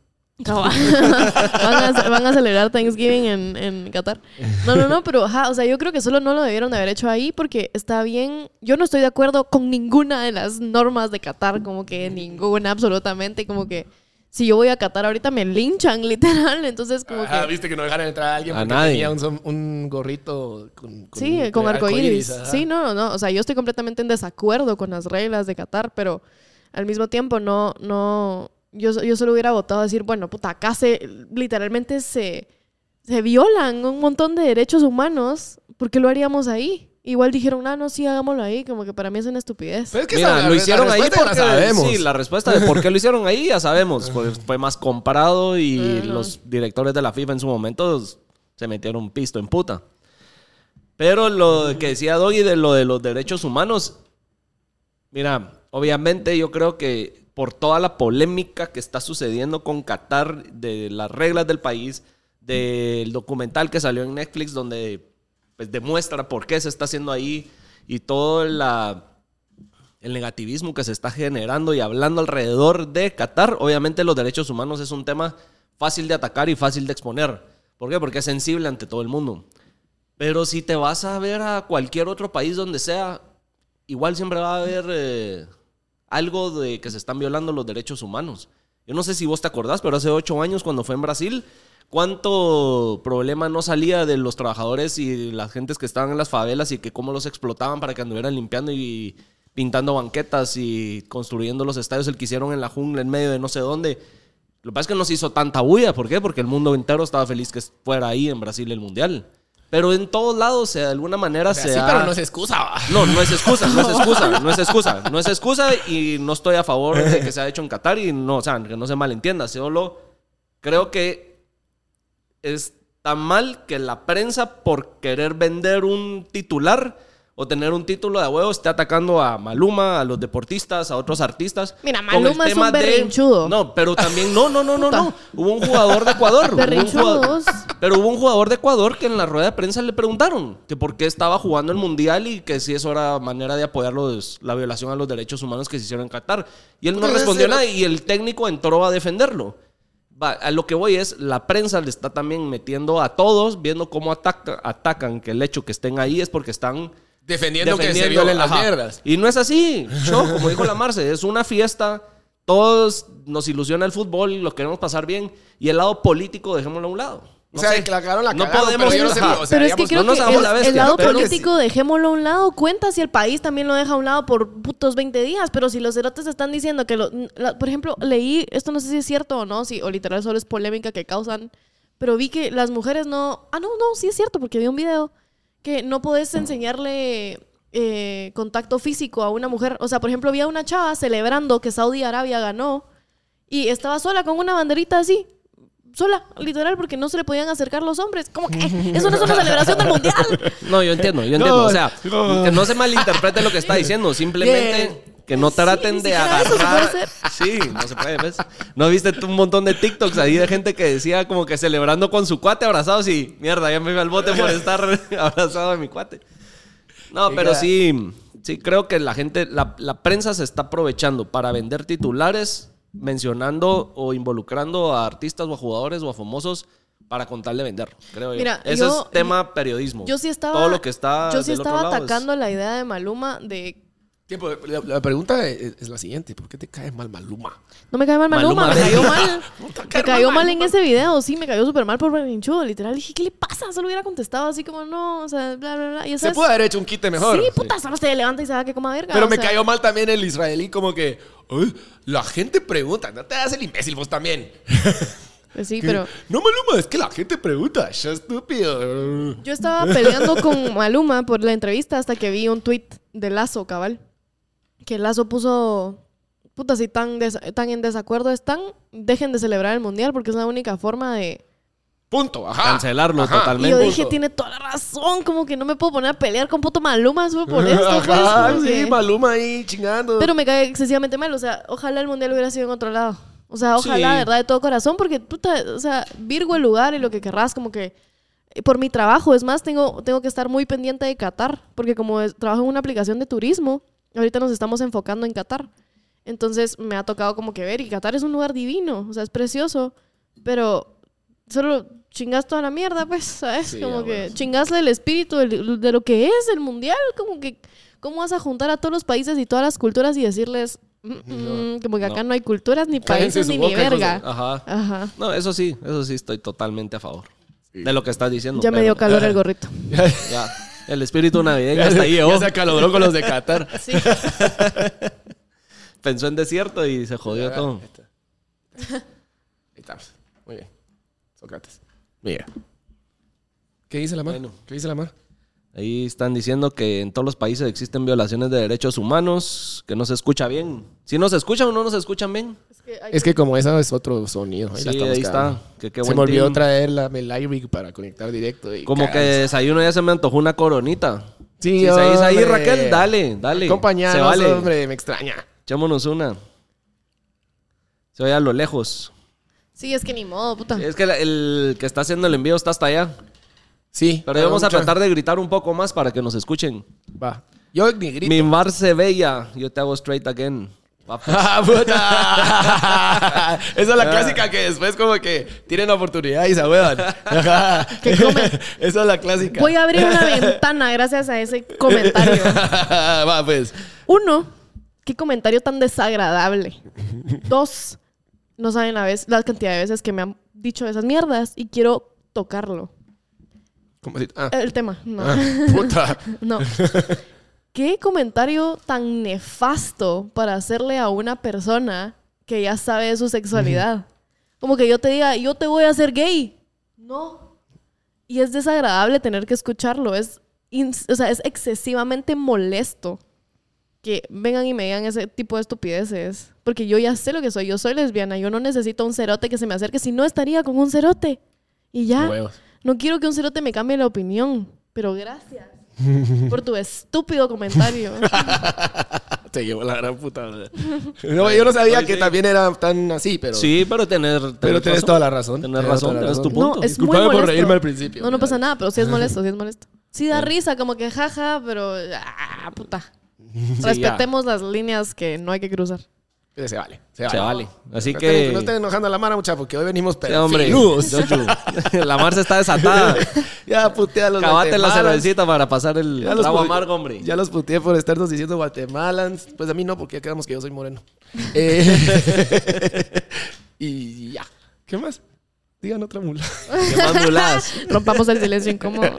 van a celebrar Thanksgiving en Qatar. No, pero o sea, yo creo que solo no lo debieron de haber hecho ahí porque está bien. Yo no estoy de acuerdo con ninguna de las normas de Qatar, como que ninguna, absolutamente, como que si yo voy a Qatar ahorita me linchan, literal. Entonces, como Ajá, que... viste que no dejaron entrar a alguien A porque nadie. tenía un gorrito con Sí, con arcoíris. ajá. Sí, no. O sea, yo estoy completamente en desacuerdo con las reglas de Qatar, pero al mismo tiempo no. Yo solo hubiera votado a decir, bueno, puta, acá literalmente se violan un montón de derechos humanos. ¿Por qué lo haríamos ahí? Igual dijeron, no, sí, hagámoslo ahí. Como que para mí es una estupidez. Pero es que Mira, esa- lo la hicieron ahí respuesta porque... ya la sabemos. Sí, la respuesta de por qué lo hicieron ahí ya sabemos. Porque fue más comprado y los directores de la FIFA en su momento se metieron un pisto en puta. Pero lo que decía Doggy de lo de los derechos humanos... Mira, obviamente yo creo que por toda la polémica que está sucediendo con Qatar, de las reglas del país, del documental que salió en Netflix donde pues, demuestra por qué se está haciendo ahí y todo el negativismo que se está generando y hablando alrededor de Qatar, obviamente los derechos humanos es un tema fácil de atacar y fácil de exponer. ¿Por qué? Porque es sensible ante todo el mundo. Pero si te vas a ver a cualquier otro país donde sea, igual siempre va a haber algo de que se están violando los derechos humanos. Yo no sé si vos te acordás, pero hace 8 años cuando fue en Brasil, ¿cuánto problema no salía de los trabajadores y las gentes que estaban en las favelas y que cómo los explotaban para que anduvieran limpiando y pintando banquetas y construyendo los estadios el que hicieron en la jungla en medio de no sé dónde? Lo que pasa es que no se hizo tanta bulla. ¿Por qué? Porque el mundo entero estaba feliz que fuera ahí en Brasil el Mundial. Pero en todos lados, de alguna manera Sí, pero no es excusa. No es excusa y no estoy a favor de que se haya hecho en Qatar y no, o sea, que no se malentienda. Solo creo que está mal que la prensa, por querer vender un titular o tener un título de huevo, esté atacando a Maluma, a los deportistas, a otros artistas. Mira, Maluma es un berrinchudo. No, pero también no. Hubo un jugador de Ecuador. Berrinchudos. Pero hubo un jugador de Ecuador que en la rueda de prensa le preguntaron que por qué estaba jugando el Mundial y que si eso era manera de apoyar la violación a los derechos humanos que se hicieron en Qatar. Y él no respondió nada y el técnico entró a defenderlo. A lo que voy es, la prensa le está también metiendo a todos, viendo cómo atacan que el hecho que estén ahí es porque están defendiendo que se violen las mierdas. Y no es así. Como dijo la Marce, es una fiesta. Todos nos ilusiona el fútbol, lo queremos pasar bien. Y el lado político, dejémoslo a un lado. O sea, que la cagaron, no podemos, pero yo no sé, o sea, pero es que creo que el lado político, dejémoslo a un lado, cuenta si el país también lo deja a un lado por putos 20 días. Pero si los cerotes están diciendo que, por ejemplo, leí, esto no sé si es cierto o no, o literal solo es polémica que causan, pero vi que las mujeres no, sí es cierto, porque vi un video que no podés enseñarle contacto físico a una mujer. O sea, por ejemplo, vi a una chava celebrando que Saudi Arabia ganó y estaba sola con una banderita así. Sola, literal, porque no se le podían acercar los hombres. ¿Cómo que? Eso no es una celebración del mundial. No, yo entiendo. O sea, que no se malinterprete lo que está diciendo. Simplemente que no traten de agarrar. Eso se puede hacer. Sí, no se puede, ¿ves? ¿No viste tú un montón de TikToks ahí de gente que decía como que celebrando con su cuate abrazados y mierda, ya me fui al bote por estar abrazado de mi cuate? No, pero sí creo que la gente, la prensa se está aprovechando para vender titulares mencionando o involucrando a artistas o a jugadores o a famosos para contarle vender, creo yo. Mira, ese es tema periodismo. Yo sí estaba, todo lo que está yo sí estaba atacando la idea de Maluma de... La pregunta es la siguiente. ¿Por qué te cae mal Maluma? No me cae mal Maluma, me cayó mal. Me cayó mal en ese video, sí, me cayó súper mal por berrinchudo. Literal, dije, ¿qué le pasa? Solo hubiera contestado así como, no, o sea, bla, bla, bla. Y, se pudo haber hecho un quite mejor. Sí, puta, solo se levanta y se va que coma verga. Pero me cayó mal también el israelí, como que, la gente pregunta, no te hagas el imbécil vos también. Pues sí, pero... No, Maluma, es que la gente pregunta, ya estúpido. Yo estaba peleando con Maluma por la entrevista hasta que vi un tweet de Lazo, cabal. Que Lazo puso, puta, si tan en desacuerdo están, dejen de celebrar el mundial porque es la única forma de... Punto, ajá. Cancelarlo totalmente. Y yo dije, tiene toda la razón, como que no me puedo poner a pelear con puto Maluma solo por esto. Ajá, pues, sí, que... Maluma ahí chingando. Pero me cae excesivamente mal, o sea, ojalá el mundial hubiera sido en otro lado. O sea, ojalá, de verdad, de todo corazón, porque puta, o sea, Virgo el lugar y lo que querrás, como que... Por mi trabajo, es más, tengo que estar muy pendiente de Qatar, porque como trabajo en una aplicación de turismo... Ahorita nos estamos enfocando en Qatar. Entonces me ha tocado como que ver. Y Qatar es un lugar divino. O sea, es precioso. Pero solo chingas toda la mierda, pues, ¿sabes? Sí, como que bueno, chingasle el espíritu de lo que es el mundial. Como que, ¿cómo vas a juntar a todos los países y todas las culturas y decirles... como que acá no hay culturas, ni países, ni verga. Ajá. No, eso sí estoy totalmente a favor. Sí. De lo que estás diciendo. Ya me dio calor el gorrito. Ya. El espíritu navideño hasta ahí llegó. Ya se acaloró con los de Qatar. Sí. Pensó en desierto y se jodió todo. Ahí estamos. Muy bien. Sócrates. Mira. ¿Qué dice la mar? Bueno, ¿qué dice la mar? Ahí están diciendo que en todos los países existen violaciones de derechos humanos, que no se escucha bien. Si no se escuchan o no nos escuchan bien. Es que como esa es otro sonido. Ahí, sí, ahí está. Se me olvidó traer el iRig para conectar directo. Y como que desayuno ya se me antojó una coronita. Sí, si seguís ahí, Raquel, dale. Acompañanos, vale. Hombre, me extraña. Echémonos una. Se oye a lo lejos. Sí, es que ni modo, puta. Sí, es que el que está haciendo el envío está hasta allá. Sí. Pero vamos a tratar de gritar un poco más para que nos escuchen. Va. Yo ni grito. Mi Marce Bella, yo te hago straight again. Guapos. ¡Ah, puta! Esa es la clásica que después como que tienen la oportunidad y se ahuevan. ¿Qué comen? Esa es la clásica. Voy a abrir una ventana gracias a ese comentario. Va, pues. 1, qué comentario tan desagradable. 2, no saben la cantidad de veces que me han dicho esas mierdas y quiero tocarlo. ¿Cómo así? Ah. El tema, no. Puta. No. ¿Qué comentario tan nefasto para hacerle a una persona que ya sabe de su sexualidad? Como que yo te diga, yo te voy a hacer gay. No. Y es desagradable tener que escucharlo. Es excesivamente molesto que vengan y me digan ese tipo de estupideces. Porque yo ya sé lo que soy. Yo soy lesbiana. Yo no necesito un cerote que se me acerque. Si no, estaría con un cerote. Y ya. Huevos. No quiero que un cerote me cambie la opinión. Pero gracias por tu estúpido comentario. Te llevo la gran puta. No, yo no sabía que también era tan así, pero... Sí, pero tenés tenés toda la razón. Tenés razón, toda la tenés tu razón. punto. No, es muy Disculpame por molesto. reírme al principio. No pasa nada, pero sí es molesto, sí es molesto. Sí da risa, como que jaja, pero... puta. Respetemos las líneas que no hay que cruzar. Se vale. Se vale. Así No que... estén enojando a la Mara, mucha, porque hoy venimos Sí, hombre. filudos. La Marce está desatada. Ya puteé a los Cavate la guatemalans. cervecita para pasar el Ya los trago pu- amargo, hombre. Ya los puteé por estarnos diciendo guatemalans. Pues a mí no, porque ya quedamos que yo soy moreno. Y ya. ¿Qué más? Digan otra mula. ¿Qué más muladas? Rompamos el silencio incómodo.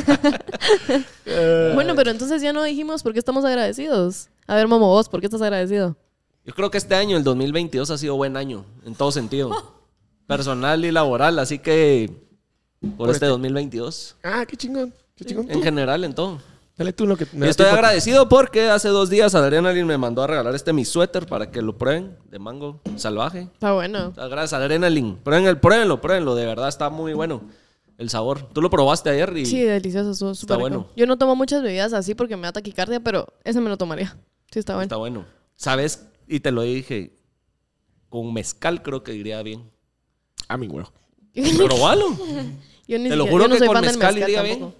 Bueno, pero entonces ya no dijimos por qué estamos agradecidos. A ver, Momo, vos, ¿por qué estás agradecido? Yo creo que este año, el 2022, ha sido buen año. En todo sentido. Personal y laboral. Así que... Por este 2022. Ah, qué chingón. Qué chingón. En general, en todo. Dale tú lo que Y estoy agradecido porque hace 2 días Adrenaline me mandó a regalar mi suéter para que lo prueben. De mango salvaje. Está bueno. Gracias, Adrenaline. Pruébenlo. De verdad, está muy bueno el sabor. Tú lo probaste ayer y... Sí, delicioso, estuvo súper rico. bueno. Yo no tomo muchas bebidas así porque me da taquicardia, pero ese me lo tomaría. Sí, está bueno. Está bueno. ¿Sabes? Y te lo dije. Con mezcal creo que iría bien. A mi huevo. Probalo. Yo ni Te lo siquiera- juro yo no que soy con fan del mezcal mezcal iría tampoco.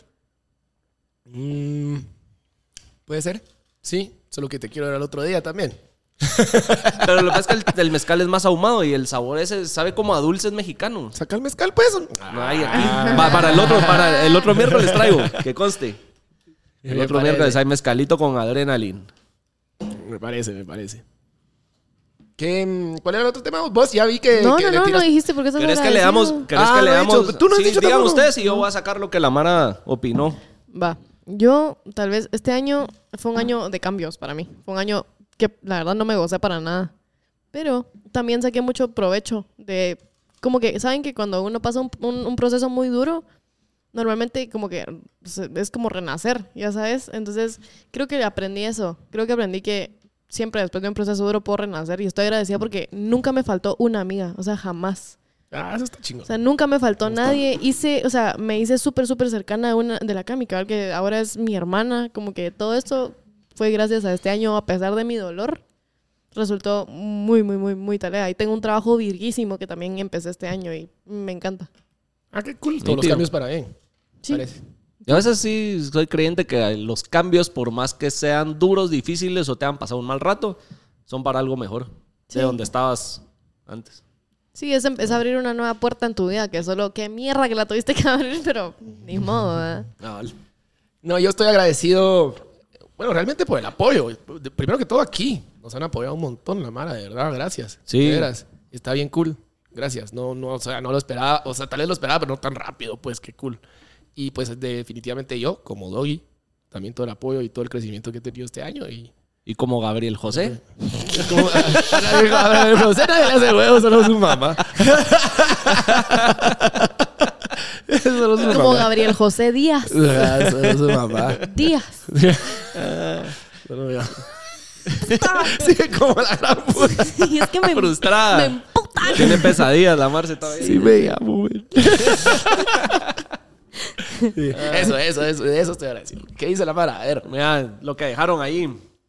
bien. ¿Puede ser? Sí. Solo que te quiero ver al otro día también. Pero lo que pasa es que el mezcal es más ahumado y el sabor ese sabe como a dulces mexicanos. Saca el mezcal, pues. No hay aquí. Para el otro miércoles traigo, que conste. El Me otro parece. miércoles hay mezcalito con Adrenaline. Me parece. ¿Cuál era el otro tema? Vos ya vi que... No, que le no tiras- dijiste por qué estás ¿Querés que agradecido. leamos? Tú no has Sí, dicho digan tampoco. ustedes y yo voy a sacar lo que la Mara opinó. Va. Yo, tal vez, este año fue un año de cambios para mí. Fue un año que la verdad no me gocé para nada. Pero también saqué mucho provecho de... Como que, ¿saben que cuando uno pasa un proceso muy duro, normalmente como que es como renacer, ya sabes? Entonces, creo que aprendí eso. Creo que aprendí que siempre después de un proceso duro puedo renacer. Y estoy agradecida porque nunca me faltó una amiga. O sea, jamás. Ah, eso está chingón. O sea, nunca me faltó nadie. Me hice súper cercana a una de la Cami, cabal, que ahora es mi hermana. Como que todo esto fue gracias a este año, a pesar de mi dolor. Resultó muy tarea. Y tengo un trabajo virguísimo que también empecé este año y me encanta. Ah, qué cool. Todos los tío. cambios para bien. Sí. Parece. Y a veces sí soy creyente que los cambios, por más que sean duros, difíciles o te han pasado un mal rato, son para algo mejor Sí. de donde estabas antes. Sí, es abrir una nueva puerta en tu vida, que solo, qué mierda que la tuviste que abrir, pero ni modo, ¿verdad? No, yo estoy agradecido, bueno, realmente por el apoyo. Primero que todo aquí. Nos han apoyado un montón, la Mara, de verdad, gracias. Sí. De veras. Está bien cool. Gracias. O sea, no lo esperaba. O sea, tal vez lo esperaba, pero no tan rápido, pues, qué cool. Y pues definitivamente yo, como Doggy, también todo el apoyo y todo el crecimiento que he tenido este año. Y como Gabriel José. Como, a José nadie le hace huevos, solo su mamá. Solo su Como mamá. Gabriel José Díaz. Solo su mamá. Díaz. Solo yo. Sí, como la gran puta. Y es que me Frustrada. me emputa. Tiene pesadillas, la Marce todavía. Sí, me llamo, güey. Eso, de eso estoy agradecido. ¿Qué dice la Mara? A ver. Mira, lo que dejaron ahí.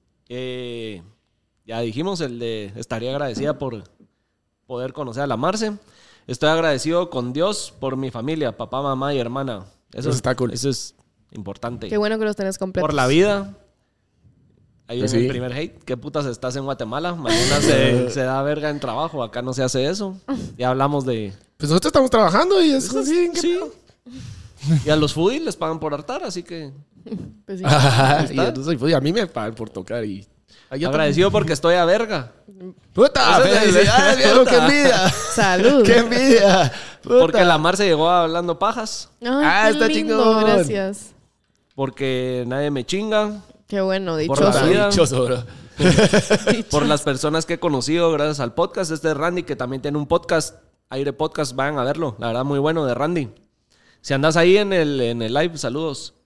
Ya dijimos, el de estaría agradecida por poder conocer a la Marce. Estoy agradecido con Dios por mi familia, papá, mamá y hermana. Eso está cool. Eso es importante. Qué bueno que los tenés completos. Por la vida. Ahí Pues viene el sí. primer hate. ¿Qué putas estás en Guatemala? Mañana se da verga en trabajo. Acá no se hace eso. Ya hablamos de... Pues nosotros estamos trabajando y es así. ¿qué Sí. pedo? Y a los foodies les pagan por hartar, así que... Pues sí. Ajá, y está. yo soy foodie. A mí me pagan por tocar y... Ay, yo Agradecido porque estoy a verga. ¡Puta! Ese es el- ¡Felicidades, viejo! ¡Qué envidia! Salud. ¡Qué envidia! Puta. Porque la Mar se llegó hablando pajas. Ay, Ah, qué está lindo, chingón. gracias. Porque nadie me chinga. Qué bueno, Por dichoso. la Puta, vida. dichoso, bro. Por las personas que he conocido gracias al podcast. Este es Randy, que también tiene un podcast. Aire Podcast, vayan a verlo. La verdad, muy bueno de Randy. Si andas ahí en el live, saludos.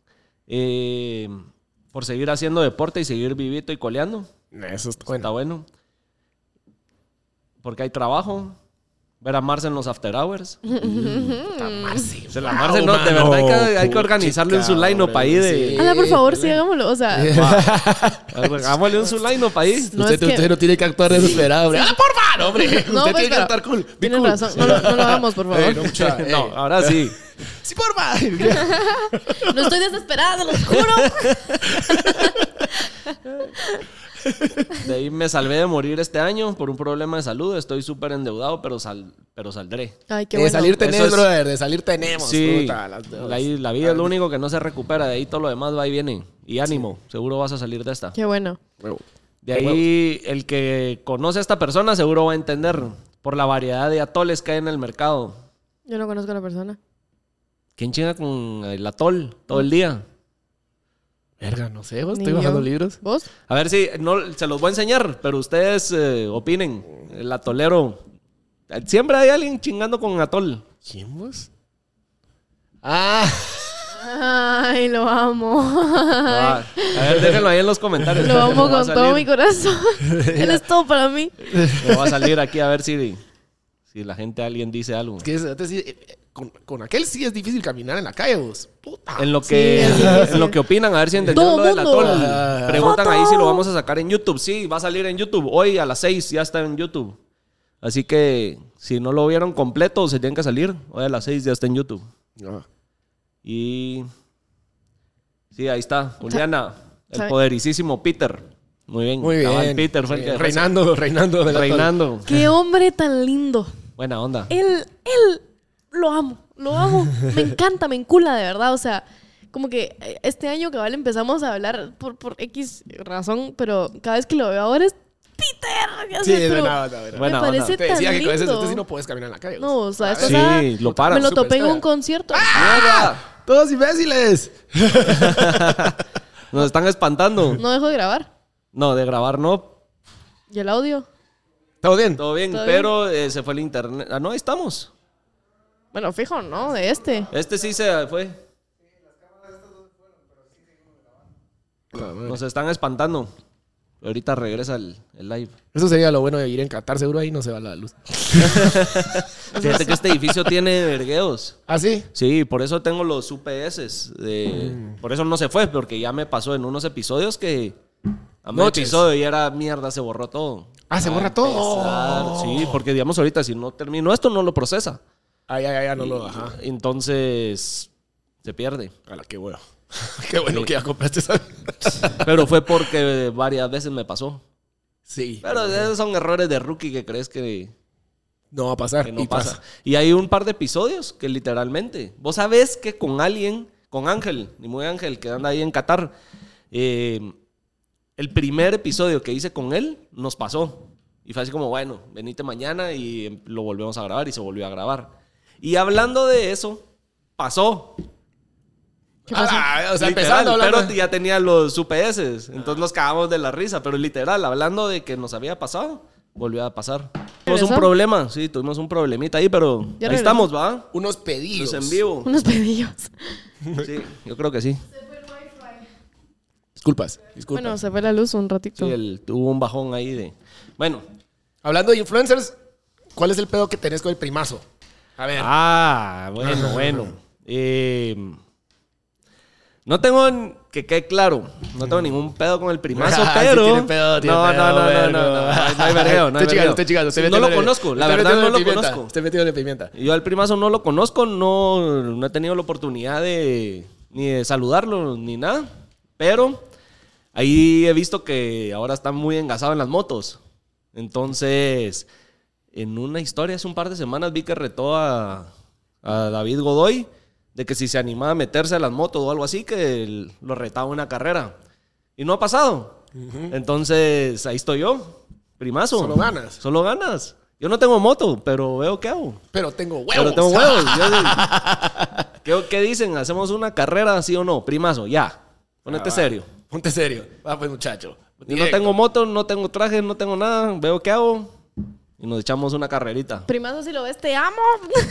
Por seguir haciendo deporte y seguir vivito y coleando. Eso está Está bueno. bueno. Porque hay trabajo. Ver a Marce en los after hours. Puta, Marce. Se la Marce, no, de verdad hay que organizarle un su line-up ahí de... Ala, por favor, sí, hagámoslo. O sea, Hagámosle un su line-up ahí. No, usted, es que- usted no tiene que actuar desesperado, hombre. ¡Ah, por favor, hombre! No, usted pues, tiene que pero actuar cool. Be tienes cool. razón. No lo hagamos, por favor. No, mucha, No, ahora sí. Sí, por favor. No estoy desesperada, se los juro. De ahí me salvé de morir este año por un problema de salud. Estoy súper endeudado, pero saldré. Ay, qué De bueno. salir Eso tenés, es- brother. De salir tenemos. Sí, Puta, las dos. la vida es lo único que no se recupera. De ahí todo lo demás va y viene. Y ánimo, seguro vas a salir de esta. Qué bueno. Huevo. De ahí el que conoce a esta persona seguro va a entender por la variedad de atoles que hay en el mercado. Yo no conozco a la persona. ¿Quién chinga con el atol todo el día? Verga, no sé, vos. Ni Estoy bajando yo. libros. ¿Vos? A ver si no se los voy a enseñar, pero ustedes opinen. El atolero. Siempre hay alguien chingando con atol. ¿Quién vos? Ah. Ay, lo amo. A ver, déjenlo ahí en los comentarios. Lo amo Me va a con todo salir- mi corazón. Él es todo para mí. Me va a salir aquí a ver si la gente, alguien dice algo. Es que antes sí, con aquel sí es difícil caminar en la calle, vos. Puta. En lo Sí, que, es difícil. en lo que opinan, a ver si entendieron Todo lo del mundo. atol. Ah. Preguntan Foto. ahí si lo vamos a sacar en YouTube. Sí, va a salir en YouTube. Hoy a las 6 ya está en YouTube. Así que si no lo vieron completo, se tienen que salir. Hoy a las 6 ya está en YouTube. No. Y... sí, ahí está. Juliana, el ¿Sabe? poderosísimo Peter. Muy bien. Muy bien. Cabal, Peter fue el que... Reinando del atol. Reinando. Qué hombre tan lindo. Buena onda. Él, lo amo. Me encanta, me encula de verdad. O sea, como que este año cabal empezamos a hablar por X razón, pero cada vez que lo veo ahora es Peter. Ya Sí, sé, es pero buena onda, buena me onda. parece Te tan decía que con ese lindo. sí no puedes caminar en la calle. No, o sea, esta Sí, pasada lo paran. me lo topé en un Superstar. concierto. ¡Ah! ¡Todos imbéciles! Nos están espantando. No dejo de grabar. No, de grabar no. ¿Y el audio? ¿Todo bien? Todo bien, ¿Todo pero se fue el internet. Ah, no, ahí estamos. Bueno, fijo, ¿no? De este. Este sí se fue. Nos están espantando. Ahorita regresa el live. Eso sería lo bueno de vivir en Qatar. Seguro ahí no se va la luz. Fíjate que este edificio tiene vergueos. ¿Ah, sí? Sí, por eso tengo los UPS. Por eso no se fue, porque ya me pasó en unos episodios que... a medio Noches. episodio y era mierda, se borró todo. Ah, se borra todo. Empezar, sí, porque digamos ahorita si no termino esto no lo procesa. Ay, no lo. Ajá. Entonces se pierde. Ala, qué bueno. Qué bueno que ya compraste esa. Pero fue porque varias veces me pasó. Sí. Pero esos son errores de rookie que crees que No va a pasar. no y pasa. Y hay un par de episodios que literalmente... Vos sabés que con alguien, con Ángel, ni muy Ángel, que anda ahí en Qatar, el primer episodio que hice con él nos pasó. Y fue así como, bueno, venite mañana y lo volvemos a grabar y se volvió a grabar. Y hablando de eso, pasó. ¿Qué pasó? Ah, o sea, Literal, empezando hablando. pero ya tenía los UPS, entonces nos cagamos de la risa, pero literal, hablando de que nos había pasado, volvió a pasar. Tuvimos ¿Regresó? un problema, sí, tuvimos un problemita ahí, pero ¿Ya ahí regresó? estamos, ¿va? Unos pedidos. Pues en vivo. Unos pedillos. Sí, yo creo que sí. Disculpas. Bueno, se fue la luz un ratito. Sí, hubo un bajón ahí de... Bueno. Hablando de influencers, ¿cuál es el pedo que tenés con el primazo? A ver. Bueno. No tengo, que quede claro, no tengo ningún pedo con el primazo, Ah, pero... sí tiene pedo, tiene no, pedo, no verga. hay vergueo, no hay vergueo. Estoy chingando. No lo conozco, la verdad no lo conozco. Estoy metido en la pimienta. Yo al primazo no lo conozco, no he tenido la oportunidad de ni de saludarlo ni nada, pero ahí he visto que ahora está muy engasado en las motos. Entonces, en una historia hace un par de semanas vi que retó a David Godoy de que si se animaba a meterse a las motos o algo así, que lo retaba una carrera. Y no ha pasado. Entonces, ahí estoy yo, primazo. Solo ganas. Solo ganas. Yo no tengo moto, pero veo qué hago. Pero tengo huevos. Pero tengo huevos. ¿Qué dicen? ¿Hacemos una carrera, sí o no? Primazo, ya. Ponete serio. Ponte serio. Va, pues, muchacho. Yo no tengo moto, no tengo traje, no tengo nada. Veo qué hago. Y nos echamos una carrerita. Primazo, si lo ves, te amo.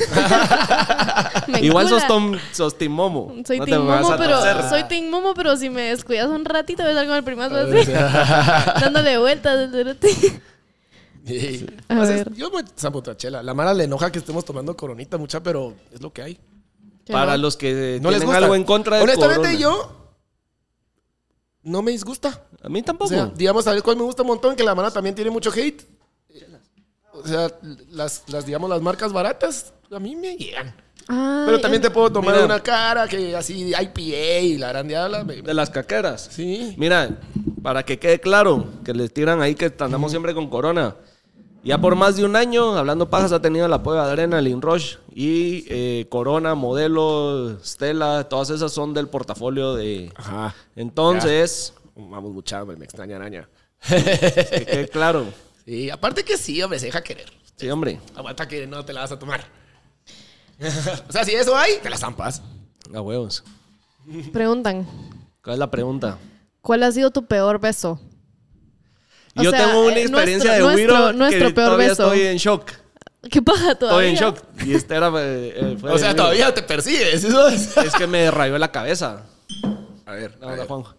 Me Igual encula. sos Team Momo. Soy No te Team me vas Momo, a pero torcer. soy Team Momo, pero si me descuidas un ratito, ves algo con el primazo así. Dándole vueltas. Sí. A O sea, ver. yo me zampo otra chela. La Mara le enoja que estemos tomando coronita mucha, pero es lo que hay. Para los que No les tienen gusta. algo en contra de Honestamente, Corona. yo no me disgusta. A mí O tampoco. sea, digamos, ¿sabes cuál me gusta un montón? Que la Mara también tiene mucho hate. O sea, digamos, las marcas baratas a mí me llegan. Ay, Pero también te puedo tomar Mira. una cara que así IPA y la grandeada. De las caqueras. Sí. Mira, para que quede claro, que les tiran ahí que andamos siempre con Corona. Ya por más de un año, Hablando Pajas ha tenido el apoyo de Adrenaline Rush y Corona, Modelo, Stella, todas esas son del portafolio de... Ajá. Entonces, Vamos mucha, me extraña araña. que quede claro. Sí, aparte que sí, hombre, se deja querer. Sí, hombre, Aguanta que no te la vas a tomar. O sea, si eso hay, te la zampas. a huevos. preguntan, ¿Cuál es la pregunta? ¿cuál ha sido tu peor beso? O Yo sea, tengo una experiencia nuestro- de Wiro nuestro que peor todavía beso. estoy en shock. ¿Qué pasa todavía? Estoy en shock. Y este era... fue O sea, Wiro. todavía te persigues. Eso es. Es que me rayó la cabeza. A ver, No, Juanjo.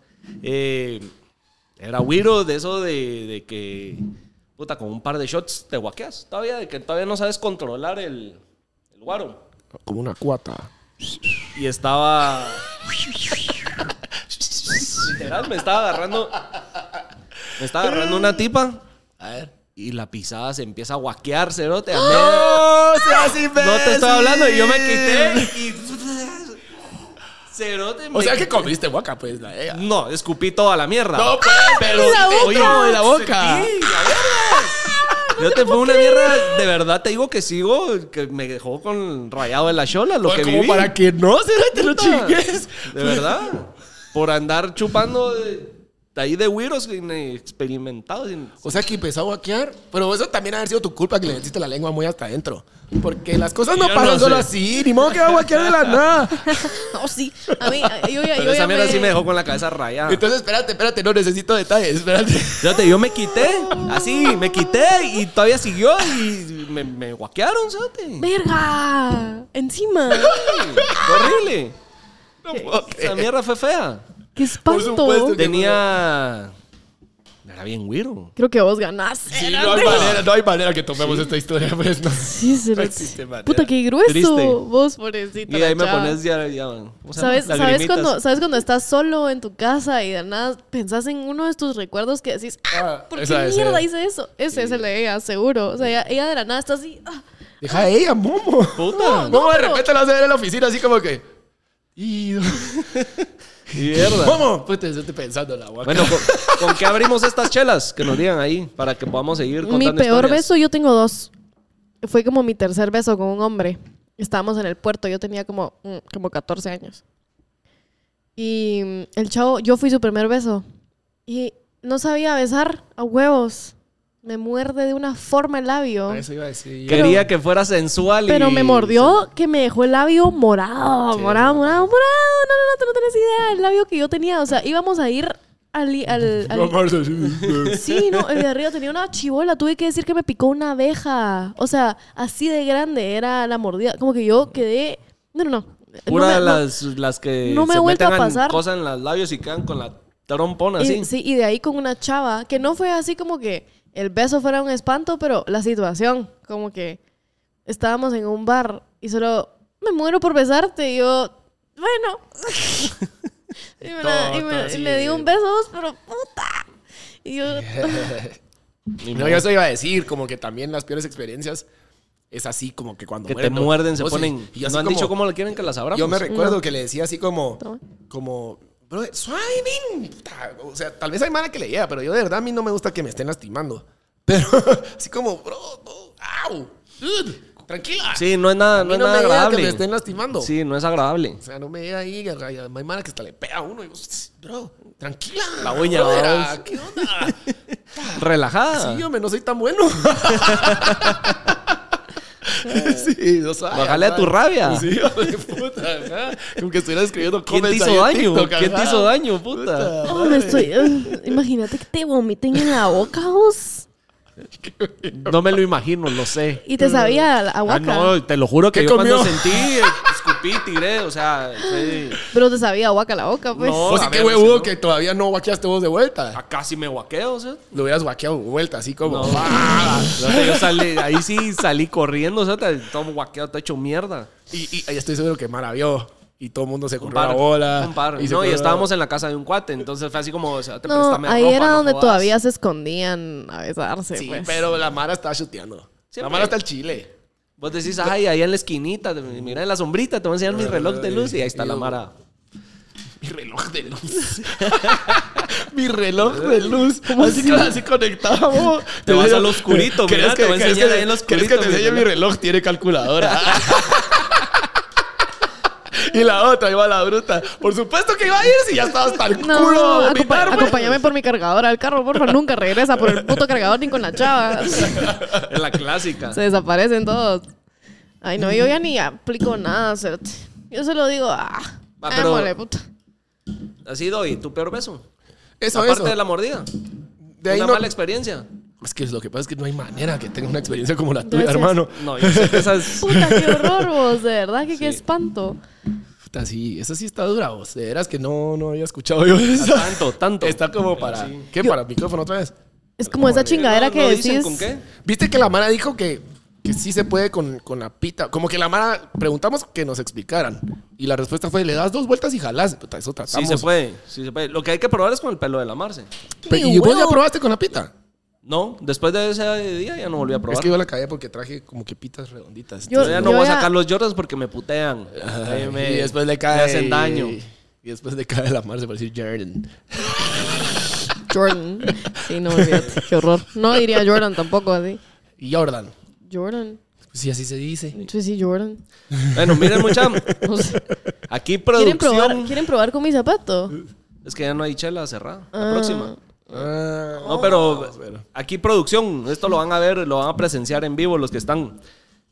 Era Wiro de eso de que... Puta, con un par de shots te guaqueas. Todavía, de que todavía no sabes controlar el guaro. Como una cuata. Y estaba... Literal, me estaba agarrando una tipa. A ver. Y la pisada se empieza a guaquear, cerote. ¡Oh, seas imbécil! No te estoy hablando. Y yo me quité y... Cerote. O sea que comiste guaca, pues, la ella. No, escupí toda la mierda. No, pues, pero... ¡En la boca! Oye, en la boca. Sí, la verga. Yo te fue una mierda, de verdad te digo que sigo, que me dejó con rayado de la chola lo que Como viví. para que no se te lo Puta, chingues. De verdad. Por andar chupando de ahí de güiros inexperimentados. O sea que empezó a guaquear. Pero eso también ha haber sido tu culpa que le metiste la lengua muy hasta adentro. Porque las cosas no Yo pasan no solo sé. así. Ni modo que va a guaquear de la nada. No, sí. A mí, yo Pero esa mierda sí me dejó con la cabeza rayada. Entonces, espérate. No necesito detalles. Espérate. Fíjate, yo me quité, así, me quité y todavía siguió y me guaquearon, ¿sabes? ¡Verga! Encima. Horrible. No puedo Esa creer. mierda fue fea. ¡Qué supuesto espanto! que- Tenía... Era bien güiro. Creo que vos ganaste. Sí, no hay manera que tomemos esta historia, pues. No. Sí, se No lo... existe manera. Puta, qué grueso. Triste. Vos, pobrecita. Y ahí me la chava. pones ya ¿cómo se llama? ¿Sabes Lagrimitas. cuando estás solo en tu casa y de nada pensás en uno de tus recuerdos que decís, ¿por qué esa mierda es. hice eso? Ese es el de ella, seguro. O sea, ella de la nada está así. Deja a ella, Momo. Puta. No, Momo de pero- repente la vas a ver en la oficina así como que... Y... Mierda. Momo, pues te estoy pensando en la guaca. Bueno, ¿con qué abrimos estas chelas? Que nos digan ahí para que podamos seguir contando Mi peor historias. beso, yo tengo dos. Fue como mi tercer beso con un hombre. Estábamos en el puerto, yo tenía como 14 años. Y el chavo, yo fui su primer beso. Y no sabía besar a huevos. Me muerde de una forma el labio. Eso iba a decir. Quería que fuera sensual y... Pero me mordió que me dejó el labio morado, Sí. morado. No, tú no tienes idea del labio que yo tenía. O sea, íbamos a ir Sí, no, el de arriba tenía una chibola. Tuve que decir que me picó una abeja. O sea, así de grande era la mordida. Como que yo quedé... No. Pura No me- las que no me se ha vuelto meten a pasar. cosas en los labios y quedan con la trompona así. Sí, y de ahí con una chava, que no fue así como que el beso fuera un espanto, pero la situación, como que estábamos en un bar y solo me muero por besarte y yo, bueno. y me dio un beso, pero puta. Y yo, Y No, yo eso iba a decir, como que también las peores experiencias es así como que cuando que te muerden, se Vos ponen... sí, y así ¿No han como- dicho cómo le quieren que las abramos? Yo me recuerdo No. que le decía así como Bro, suave, men. Puta, o sea, tal vez hay mala que le llega, pero yo de verdad a mí no me gusta que me estén lastimando. Pero así como, bro, no, au, dude, tranquila. Sí, no es nada, A mí no es nada me llega agradable. que me estén lastimando. Sí, no es agradable. O sea, no me llega ahí, hay mala que hasta le pega a uno. Y yo, bro, tranquila. La uña, brother, vamos. ¿qué onda? Relajada. Sí, hombre, no soy tan bueno. Sí, no sabes. Bájale a tu rabia. Sí, hijo de puta. Ajá. Como que estuvieras escribiendo ¿Quién te comments hizo ahí en daño? TikTok, ¿Quién te ajá. hizo daño, puta? No, me estoy... imagínate que te vomiten en la boca, vos. No me lo imagino, lo sé. Y te sabía a Ah, guaca. no, te lo juro que ¿Qué yo cuando comió? sentí, escupí, tiré, o sea, sí. Pero te sabía a guaca la boca, pues. No. Vos sí a que ver, huevudo si no. que todavía no guaqueaste vos de vuelta. Casi me guaqueo, o sea. Lo hubieras guaqueado de vuelta, así como. No. ¡Ah! O sea, yo salí, ahí sí salí corriendo, o sea, todo guaqueado, todo hecho mierda. Y ahí estoy seguro que Mara vio. Y todo el mundo se Un corrió par, la bola. un par. Y se No, y corrió- estábamos en la casa de un cuate, entonces fue así como, o sea, te No, préstame ahí ropa, era no donde jodas. todavía se escondían a besarse, Sí, pues. pero la Mara estaba chuteando. La Siempre. Mara está al chile. Vos decís, ay, ahí en la esquinita, mira en la sombrita, te voy a enseñar mi reloj de luz y ahí está la Mara. Mi reloj de luz. Mi reloj de luz. Así conectamos. Te vas al oscurito, ¿Querés mira, te voy a enseñar ahí en lo ¿Querés oscurito que te mi enseñe mi reloj? Tiene calculadora. Y la otra iba la bruta. Por supuesto que iba a ir si ya estaba hasta el No, culo a vomitar, güey. acompáñame por mi cargador al carro, porfa. Nunca regresa por el puto cargador ni con la chava. Es la clásica. Se desaparecen todos. Ay, no, yo ya ni aplico nada. Cerote. Yo se lo digo, pero- démosle, puta. Así doy, tu peor beso. Eso, Aparte eso. de la mordida. De ahí Una no- mala experiencia. Es que lo que pasa es que no hay manera que tenga una experiencia como la tuya, Gracias. hermano. No, yo sé que esa es... Puta, qué horror, vos. De verdad que qué espanto. Puta, sí, esa sí está dura, vos. De veras que no había escuchado yo eso. Tanto. Está como para... Sí. ¿Qué? ¿Para el micrófono otra vez? Es como esa chingadera ¿No- que no dicen decís. con qué? ¿Viste que la Mara dijo que sí se puede con la pita? Como que la Mara... Preguntamos que nos explicaran. Y la respuesta fue, le das 2 vueltas y jalás. Puta, eso Sí tratamos. se puede, sí se puede. Lo que hay que probar es con el pelo de la Marce. ¿Y vos ya probaste con la pita? No, después de ese día ya no volví a probar. Es que yo la cagué porque traje como que pitas redonditas. Yo- Yo ya no voy a ya- sacar los Jordans porque me putean. Ahí Y después le cae... me hacen daño. Y después le cae la Marce para decir Jordan. Jordan. Sí, no, olvídate. Qué horror. No diría Jordan tampoco así. Y Jordan. Jordan. Pues sí, así se dice. Sí, sí, Jordan. Bueno, miren mucha. No sé. Aquí ¿Quieren producción. probar con mi zapato? Es que ya no hay chela cerrada. La Ah. próxima. Ah, No, pero aquí producción, esto lo van a ver, lo van a presenciar en vivo los que están.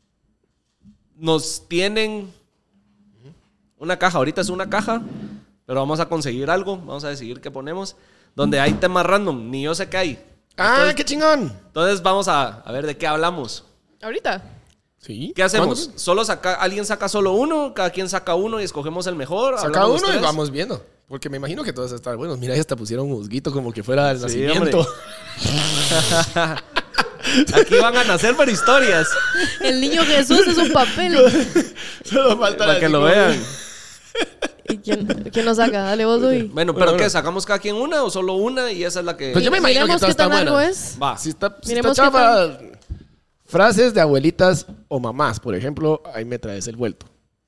Nos tienen una caja, ahorita es una caja, pero vamos a conseguir algo, vamos a decidir qué ponemos, donde hay temas random, ni yo sé qué hay. ¡Ah, qué chingón! Entonces vamos a ver de qué hablamos. ¿Ahorita? ¿Sí? ¿Qué hacemos? ¿Cuándo? Solo alguien saca solo uno, cada quien saca uno y escogemos el mejor. Saca hablamos los uno y tres. vamos viendo. Porque me imagino que todos están buenos. Mira, ahí hasta pusieron un musguito como que fuera el Sí, nacimiento. Aquí van a nacer para historias, El niño Jesús es un papel. Solo falta para la que lo como- vean. ¿Y quién lo saca? Dale vos, Uy. Bueno, ¿pero Bueno. qué? ¿Sacamos cada quien una o solo una? Y esa es la que... Pues yo me imagino que Miremos todas qué tan están largo buenas. es. Va. Si está Miremos qué chafa, frases de abuelitas o mamás, por ejemplo, ahí me traes el vuelto.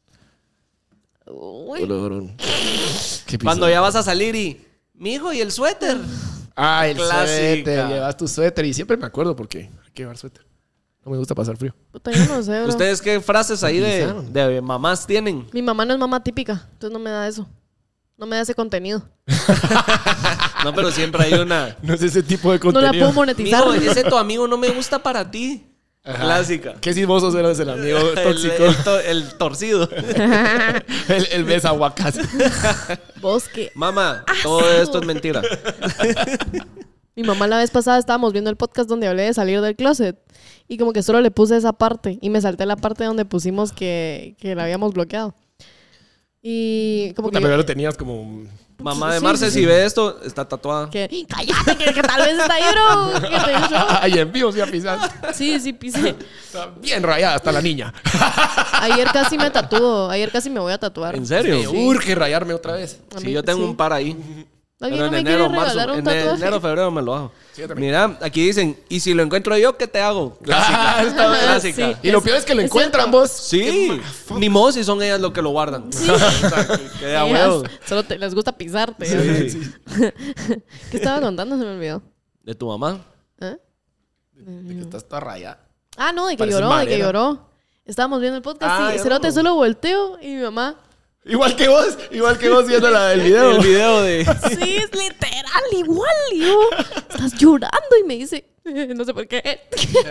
Uy. ¿Qué Cuando piso? ya vas a salir y... Mijo, ¿y el suéter? Ah, el Clásica. suéter. Llevas tu suéter y siempre me acuerdo porque hay que llevar suéter. No me gusta pasar frío. Puta, yo no sé, bro. ¿Ustedes qué frases ahí Utilizaron. de mamás tienen? Mi mamá no es mamá típica, entonces no me da eso. No me da ese contenido. No, pero siempre hay una... No es ese tipo de No contenido. la puedo monetizar. Mijo, ese tu amigo no me gusta para ti. Ajá. Clásica. ¿Qué si vos sos el amigo tóxico? El torcido. el besahuacas. Bosque. Mamá, todo esto es mentira. Mi mamá la vez pasada estábamos viendo el podcast donde hablé de salir del closet. Y como que solo le puse esa parte. Y me salté la parte donde pusimos que la habíamos bloqueado. Y como Puta, que... pero ya lo tenías como... Mamá de Sí, Marce, sí, si sí. ve esto, está tatuada. ¡Cállate! Que tal vez está ahí, bro. ¿Qué te he dicho? Ay, en vivo sí a pisar. Sí, sí, pisé. Está bien rayada hasta la niña. Ayer casi me tatuó. Ayer casi me voy a tatuar. ¿En serio? Me urge rayarme otra vez. A Sí, mí- yo tengo sí. un par ahí. ¿Alguien Pero no me en quiere enero, marzo, regalar un en tatuaje? enero, febrero me lo hago. Sí, yo también. Mira, aquí dicen, y si lo encuentro yo, ¿qué te hago? Clásica. Está buena. Clásica. Sí. Y lo peor es que lo Es encuentran cierto. vos. Sí, ni modo si son ellas lo que lo guardan. Sí. Queda Ellas huevo. solo les gusta pisarte. Sí. ¿Qué estaba contando? Se me olvidó. ¿De tu mamá? ¿Eh? De que estás toda rayada. Ah, no, de que Pareces lloró, de que madera. lloró. Estábamos viendo el podcast Ah, y ya Cerote no. solo volteo y mi mamá... Igual que vos viendo el video. El video de... Sí, es literal, igual. Y yo, estás llorando. Y me dice, no sé por qué.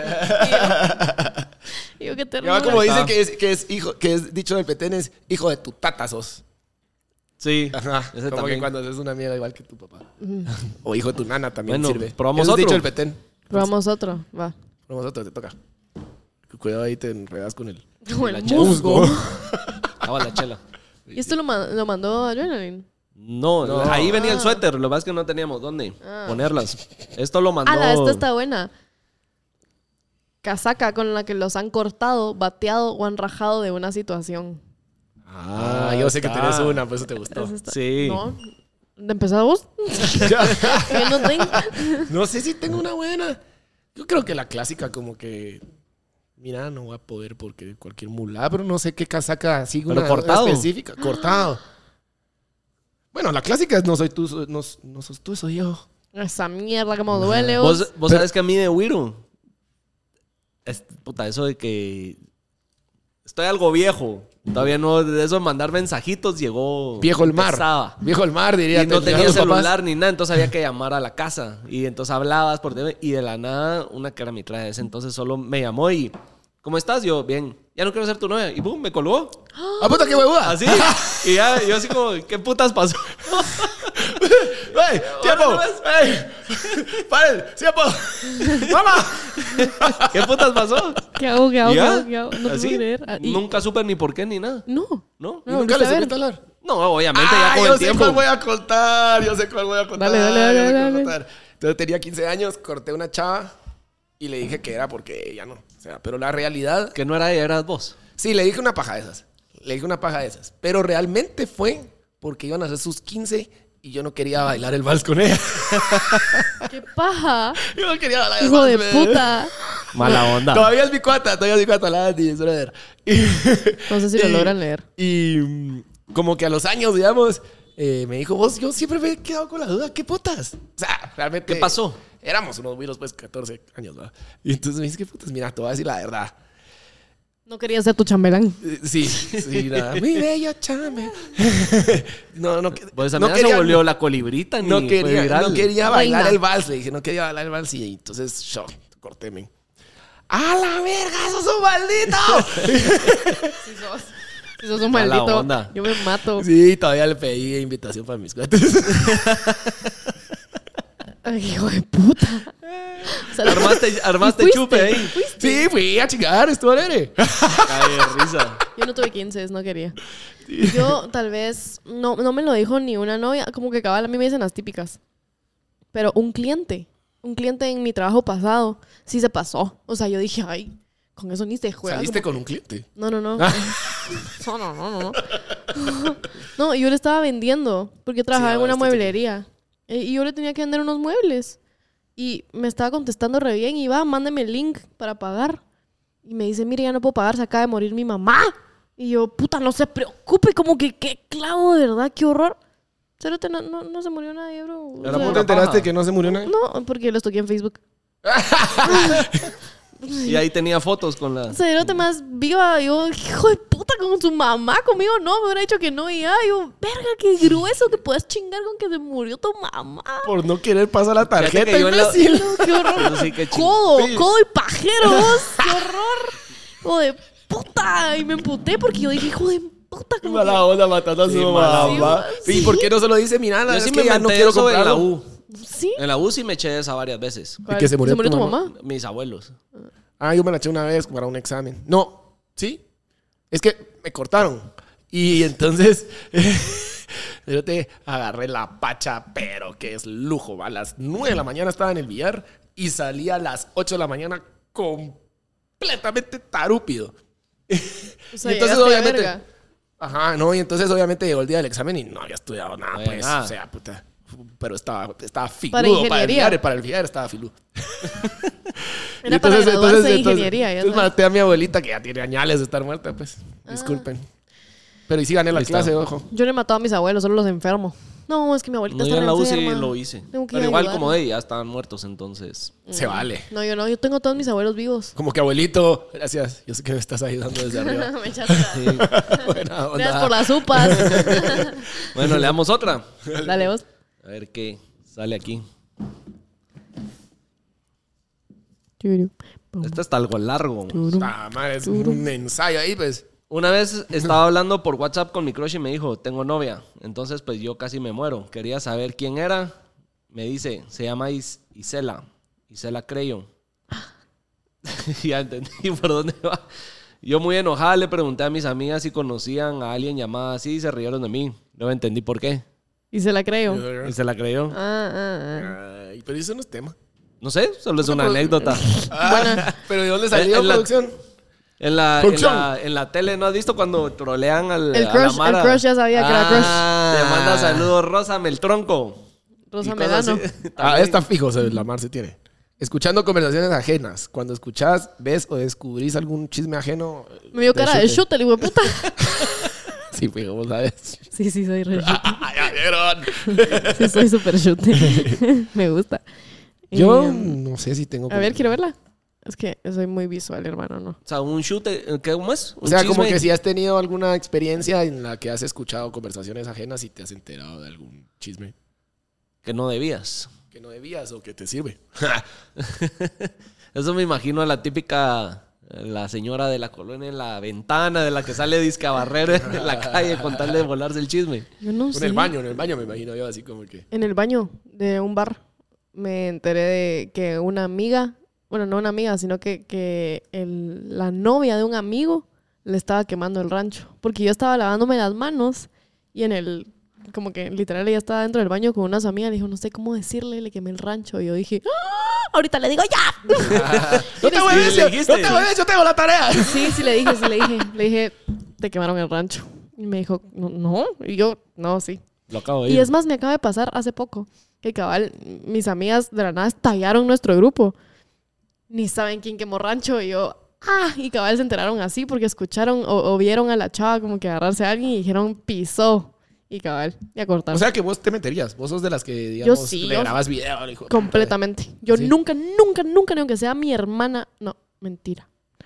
Y yo, qué Mi ternura. mamá como dice que es hijo, que es dicho del petén, es hijo de tu tata sos. Sí, Ajá. ese Como también. que cuando es una amiga igual que tu papá. O hijo de tu nana también Bueno, sirve. probamos Eso es otro. dicho del petén. Probamos otro, va. Probamos otro, te toca. Cuidado ahí, te enredas con el... Como el La chela. musgo. Acaba la chela. ¿Y esto lo mandó Adrenaline? No, No. ahí venía el suéter. Lo que pasa es que no teníamos dónde ponerlas. Esto lo mandó... Esta está buena. Casaca con la que los han cortado, bateado o han rajado de una situación. Ah, yo sé que está. tenés una, por eso te gustó. Esa está- Sí. ¿No? ¿Empezás vos? Yo no tengo. No sé si tengo una buena. Yo creo que la clásica como que... Mira, no voy a poder porque cualquier mulada, pero no sé qué casaca así. Pero una cortado. específica. Cortado. Bueno, la clásica es no soy tú, no sos tú, soy yo. Esa mierda como duele. Vos. Vos sabés que a mí de Wiro... Puta, eso de que... Estoy algo viejo. Todavía no... De eso de mandar mensajitos llegó... Viejo el mar. pesaba. Viejo el mar, diría. Y no te- tenía los papás. celular ni nada, entonces había que llamar a la casa. Y entonces hablabas por TV y de la nada, una que era mi traje de ese entonces solo me llamó y... ¿Cómo estás? Yo, bien. Ya no quiero ser tu novia. Y boom, me colgó. ¡Ah, puta, qué huevuda! Así. Y ya, yo así como, ¿qué putas pasó? ¡Ey, tiempo! ¡Ey! ¡Paren! ¡Tiempo! ¡Mamá! ¿Qué putas pasó? ¿Qué hago? ¿Qué hago? ¿Y ¿Qué ya? hago? ¿Qué hago? No te Así. puedo creer. Ah, y- Nunca supe ni por qué ni nada. No. ¿No? ¿Y No, nunca volviste les a ver. supiste hablar? No, obviamente ya con yo el sé tiempo. cuál voy a contar. Yo sé cuál voy a contar. Dale. yo sé cuál voy a contar. Entonces tenía 15 años, corté una chava y le dije que era porque ella no. O sea, pero la realidad... Que no era ella, eras vos. Sí, le dije una paja de esas. Le dije una paja de esas. Pero realmente fue porque iban a hacer sus 15 y yo no quería bailar el vals con ella. ¡Qué paja! Yo no quería bailar el Hijo de vals. puta. Mala onda. Todavía es mi cuata, la Andy, brother. No sé si lo logran leer. Y como que a los años, digamos, me dijo, vos, yo siempre me he quedado con la duda, ¿qué putas? O sea, realmente... ¿Qué pasó? Éramos unos virus, pues, 14 años, ¿verdad? Y entonces me dice, ¿qué putas? Mira, te voy a decir la verdad. No quería ser tu chambelán. Sí, nada. Mi bello chame. no, Pues a no mí se volvió la colibrita ni no fue quería, viral. no quería bailar Reina. el vals. Le dije, no quería bailar el vals. Y entonces, yo, corté, men. ¡A la verga! ¡Sos un maldito! Si sos un Mala maldito, onda. yo me mato. Sí, todavía le pedí invitación para mis cuates. Ay, hijo de puta. O sea, Armaste ¿y fuiste? chupe ahí. ¿Fuiste? Sí, fui a chingar, estuvo alegre. Cae de risa. Yo no tuve 15, no quería. Yo tal vez, no me lo dijo ni una novia, como que cabal a mí me dicen las típicas. Pero un cliente en mi trabajo pasado, sí se pasó. O sea, yo dije, ay, con eso ni se juega. Saliste como- con un cliente. No. No. No, yo le estaba vendiendo porque trabajaba Sí, en una este mueblería. Y yo le tenía que vender unos muebles. Y me estaba contestando re bien y va, mándeme el link para pagar. Y me dice, mire, ya no puedo pagar, se acaba de morir mi mamá. Y yo, puta, no se preocupe, como que qué clavo, de verdad, qué horror. Cerote, no se murió nadie, bro. O Era sea, ¿Cómo te enteraste que no se murió nadie? no, porque los toqué en Facebook. Y ahí tenía fotos con la... Cerote más viva, yo, hijo de puta, con su mamá, conmigo no, me hubiera dicho que no. Y ya, yo, verga, qué grueso que puedes chingar con que se murió tu mamá. Por no querer pasar la Fíjate tarjeta, que yo en la- imbécil. No, qué horror. Eso sí que ching- Codo, Sí. codo y pajeros. Qué horror. Hijo de puta. Y me emputé porque yo dije, hijo de puta. Como Mala que... onda matando a su Sí, mamá. sí. Sí, ¿por qué no se lo dice mi nana? Yo Es sí que me ya no inventé quiero eso en la comprarlo. U. Sí. En la U sí me eché esa varias veces. que se murió tu tu mamá. mamá. Mis abuelos. Ah, yo me la eché una vez para un examen. No, ¿sí? Es que me cortaron. Y entonces, yo te agarré la pacha, pero que es lujo. ¿Va? A las 9 de la mañana estaba en el billar y salí a las 8 de la mañana completamente tarúpido. O sea, Y entonces, llegaste de obviamente, verga. ajá, no, y entonces obviamente llegó el día del examen y no había estudiado nada, No había pues. nada. O sea, puta, pero estaba filudo. Para ingeniería. Para el viaje estaba filudo. Era para graduarse de ingeniería. Entonces maté a mi abuelita, que ya tiene añales de estar muerta, pues. Disculpen. Pero y sí gané la clase, ojo. Yo no he matado a mis abuelos, solo los enfermo. No, es que mi abuelita está en la UCI enferma. lo hice. Tengo que Pero ir a igual ayudar. como de ya estaban muertos, entonces. Se vale. No, yo no. Yo tengo a todos mis abuelos vivos. Como que abuelito, gracias. Yo sé que me estás ayudando desde arriba. Me echaste la- Buena onda. Gracias por las sopas. Bueno, le damos otra. Dale vos. A ver qué sale aquí. Este está algo largo. Ah, madre, es un ensayo ahí, pues. Una vez estaba hablando por WhatsApp con mi crush y me dijo, tengo novia. Entonces, pues yo casi me muero. Quería saber quién era. Me dice, se llama Isela. Isela Crayon. Ya entendí por dónde va. Yo muy enojada le pregunté a mis amigas si conocían a alguien llamada así y se rieron de mí. No entendí por qué. Y se la creo. Y se la creyó. Ay, pero eso no es tema. No sé, solo es una anécdota. Bueno. Pero ¿de dónde salió En la- producción? En la tele, ¿no has visto cuando trolean El a la crush, Mara? el crush ya sabía que era Te manda saludos, Rózame el tronco. Rosa Y cosas Melano. así. Está fijo, la Mar se tiene. Escuchando conversaciones ajenas. Cuando escuchás, ves o descubrís algún chisme ajeno. Me vio cara de chute. shooter, hijo de puta. Sí, fijo, vos sabes. Sí, soy re shooter. Ya vieron. Sí, soy súper shooter. Me gusta. Yo no sé si tengo. A ver, quiero verla. Es que soy muy visual, hermano, ¿no? O sea, un shooter, ¿cómo es? O sea, como chisme. que si has tenido alguna experiencia en la que has escuchado conversaciones ajenas y te has enterado de algún chisme Que no debías. que no debías o que te sirve. Eso me imagino a la típica, la señora de la colonia en la ventana de la que sale disque a barrer en la calle con tal de volarse el chisme. Yo no sé. En el baño me imagino yo así como que. En el baño de un bar me enteré de que una amiga, bueno, no una amiga, sino que la novia de un amigo le estaba quemando el rancho. Porque yo estaba lavándome las manos y como que literal ella estaba dentro del baño con unas amigas. Le dijo, no sé cómo decirle, le quemé el rancho. Y yo dije, ¡ah! Ahorita le digo ya. No te voy a le decir, dijiste. no te voy a decir, yo tengo la tarea. Sí, le dije. Le dije, te quemaron el rancho. Y me dijo, no. Y yo, no, sí. Lo acabo de Y ir. es más, me acaba de pasar hace poco que cabal, mis amigas de la nada estallaron nuestro grupo. Ni saben quién quemó rancho. Y yo, y cabal se enteraron así porque escucharon o vieron a la chava como que agarrarse a alguien y dijeron, pisó. Y cabal, y a cortar. O sea que vos te meterías. Vos sos de las que, digamos, sí, le yo- grabas video. Hijo. Completamente. Yo ¿Sí? nunca, ni aunque sea mi hermana. No, mentira.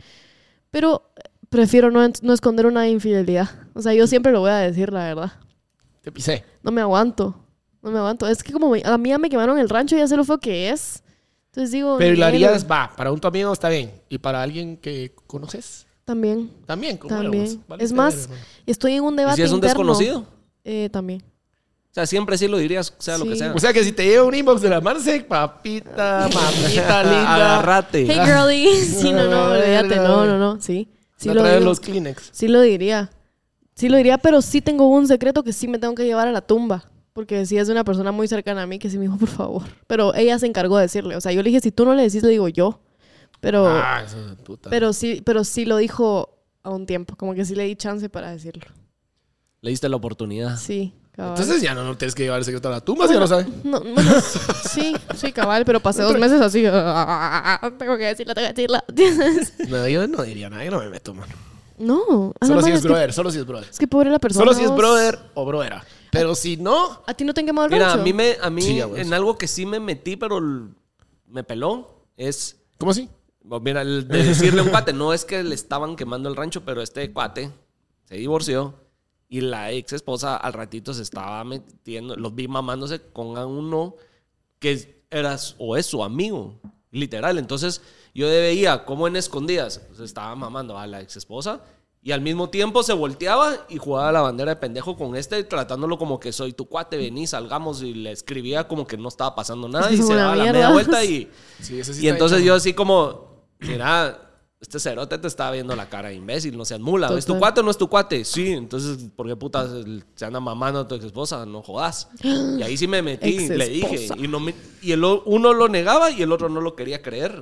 Pero prefiero no esconder una infidelidad. O sea, yo siempre lo voy a decir, la verdad. Te pisé. No me aguanto. Es que como a mí ya me quemaron el rancho, ya sé lo feo que es. Entonces digo... Pero lo "Nel". harías, para un tu amigo está bien. Y para alguien que conoces, También. también. ¿Cómo También. éramos? Vale, Es más, hermano. estoy en un ¿Y debate si es un interno. desconocido? También. O sea, siempre sí lo dirías, sea lo que Sí. sea. O sea que si te llega un inbox de la Marce, papita, mamita linda. Agárrate. Hey, girlie. Sí, no, olvídate. No. Sí. Sí La lo trae digo. los Kleenex. Sí lo diría. Sí lo diría, pero sí tengo un secreto que sí me tengo que llevar a la tumba. Porque sí es de una persona muy cercana a mí que sí me dijo, por favor. Pero ella se encargó de decirle. O sea, yo le dije, si tú no le decís, le digo yo. Pero, Eso es puta. pero sí lo dijo a un tiempo. Como que sí le di chance para decirlo. Le diste la oportunidad. Sí, cabal. Entonces ya no tienes que llevar el secreto a la tumba, si ya lo sabes. No, bueno, sí, cabal. Pero pasé 2 meses así. Tengo que decirla. No, yo no diría nada, yo no me meto, mano. No. a la Solo si madre, es brother, solo si es brother. Es que pobre la persona. Solo si es vos. brother o broera. Pero si no, ¿A ti no te han quemado el Mira, rancho? a mí Sí, a vos. en algo que sí me metí, pero me peló, es... ¿cómo así? Mira, el de decirle a un cuate, no es que le estaban quemando el rancho, pero este cuate se divorció y la ex esposa al ratito se estaba metiendo, los vi mamándose con uno que era o es su amigo, literal. Entonces yo veía cómo en escondidas se estaba mamando a la ex esposa y al mismo tiempo se volteaba y jugaba la bandera de pendejo con tratándolo como que soy tu cuate, vení, salgamos, y le escribía como que no estaba pasando nada y Es se una daba la mierda. media vuelta y... Sí, eso sí Y está entonces hecho. yo así como, mira, este cerote te está viendo la cara, imbécil, no seas mula. ¿Es tu Total. cuate o no es tu cuate? Sí, entonces, ¿por qué putas se anda mamando a tu ex esposa? No jodas. Y ahí sí me metí, le dije. Exesposa. Uno lo negaba y el otro no lo quería creer.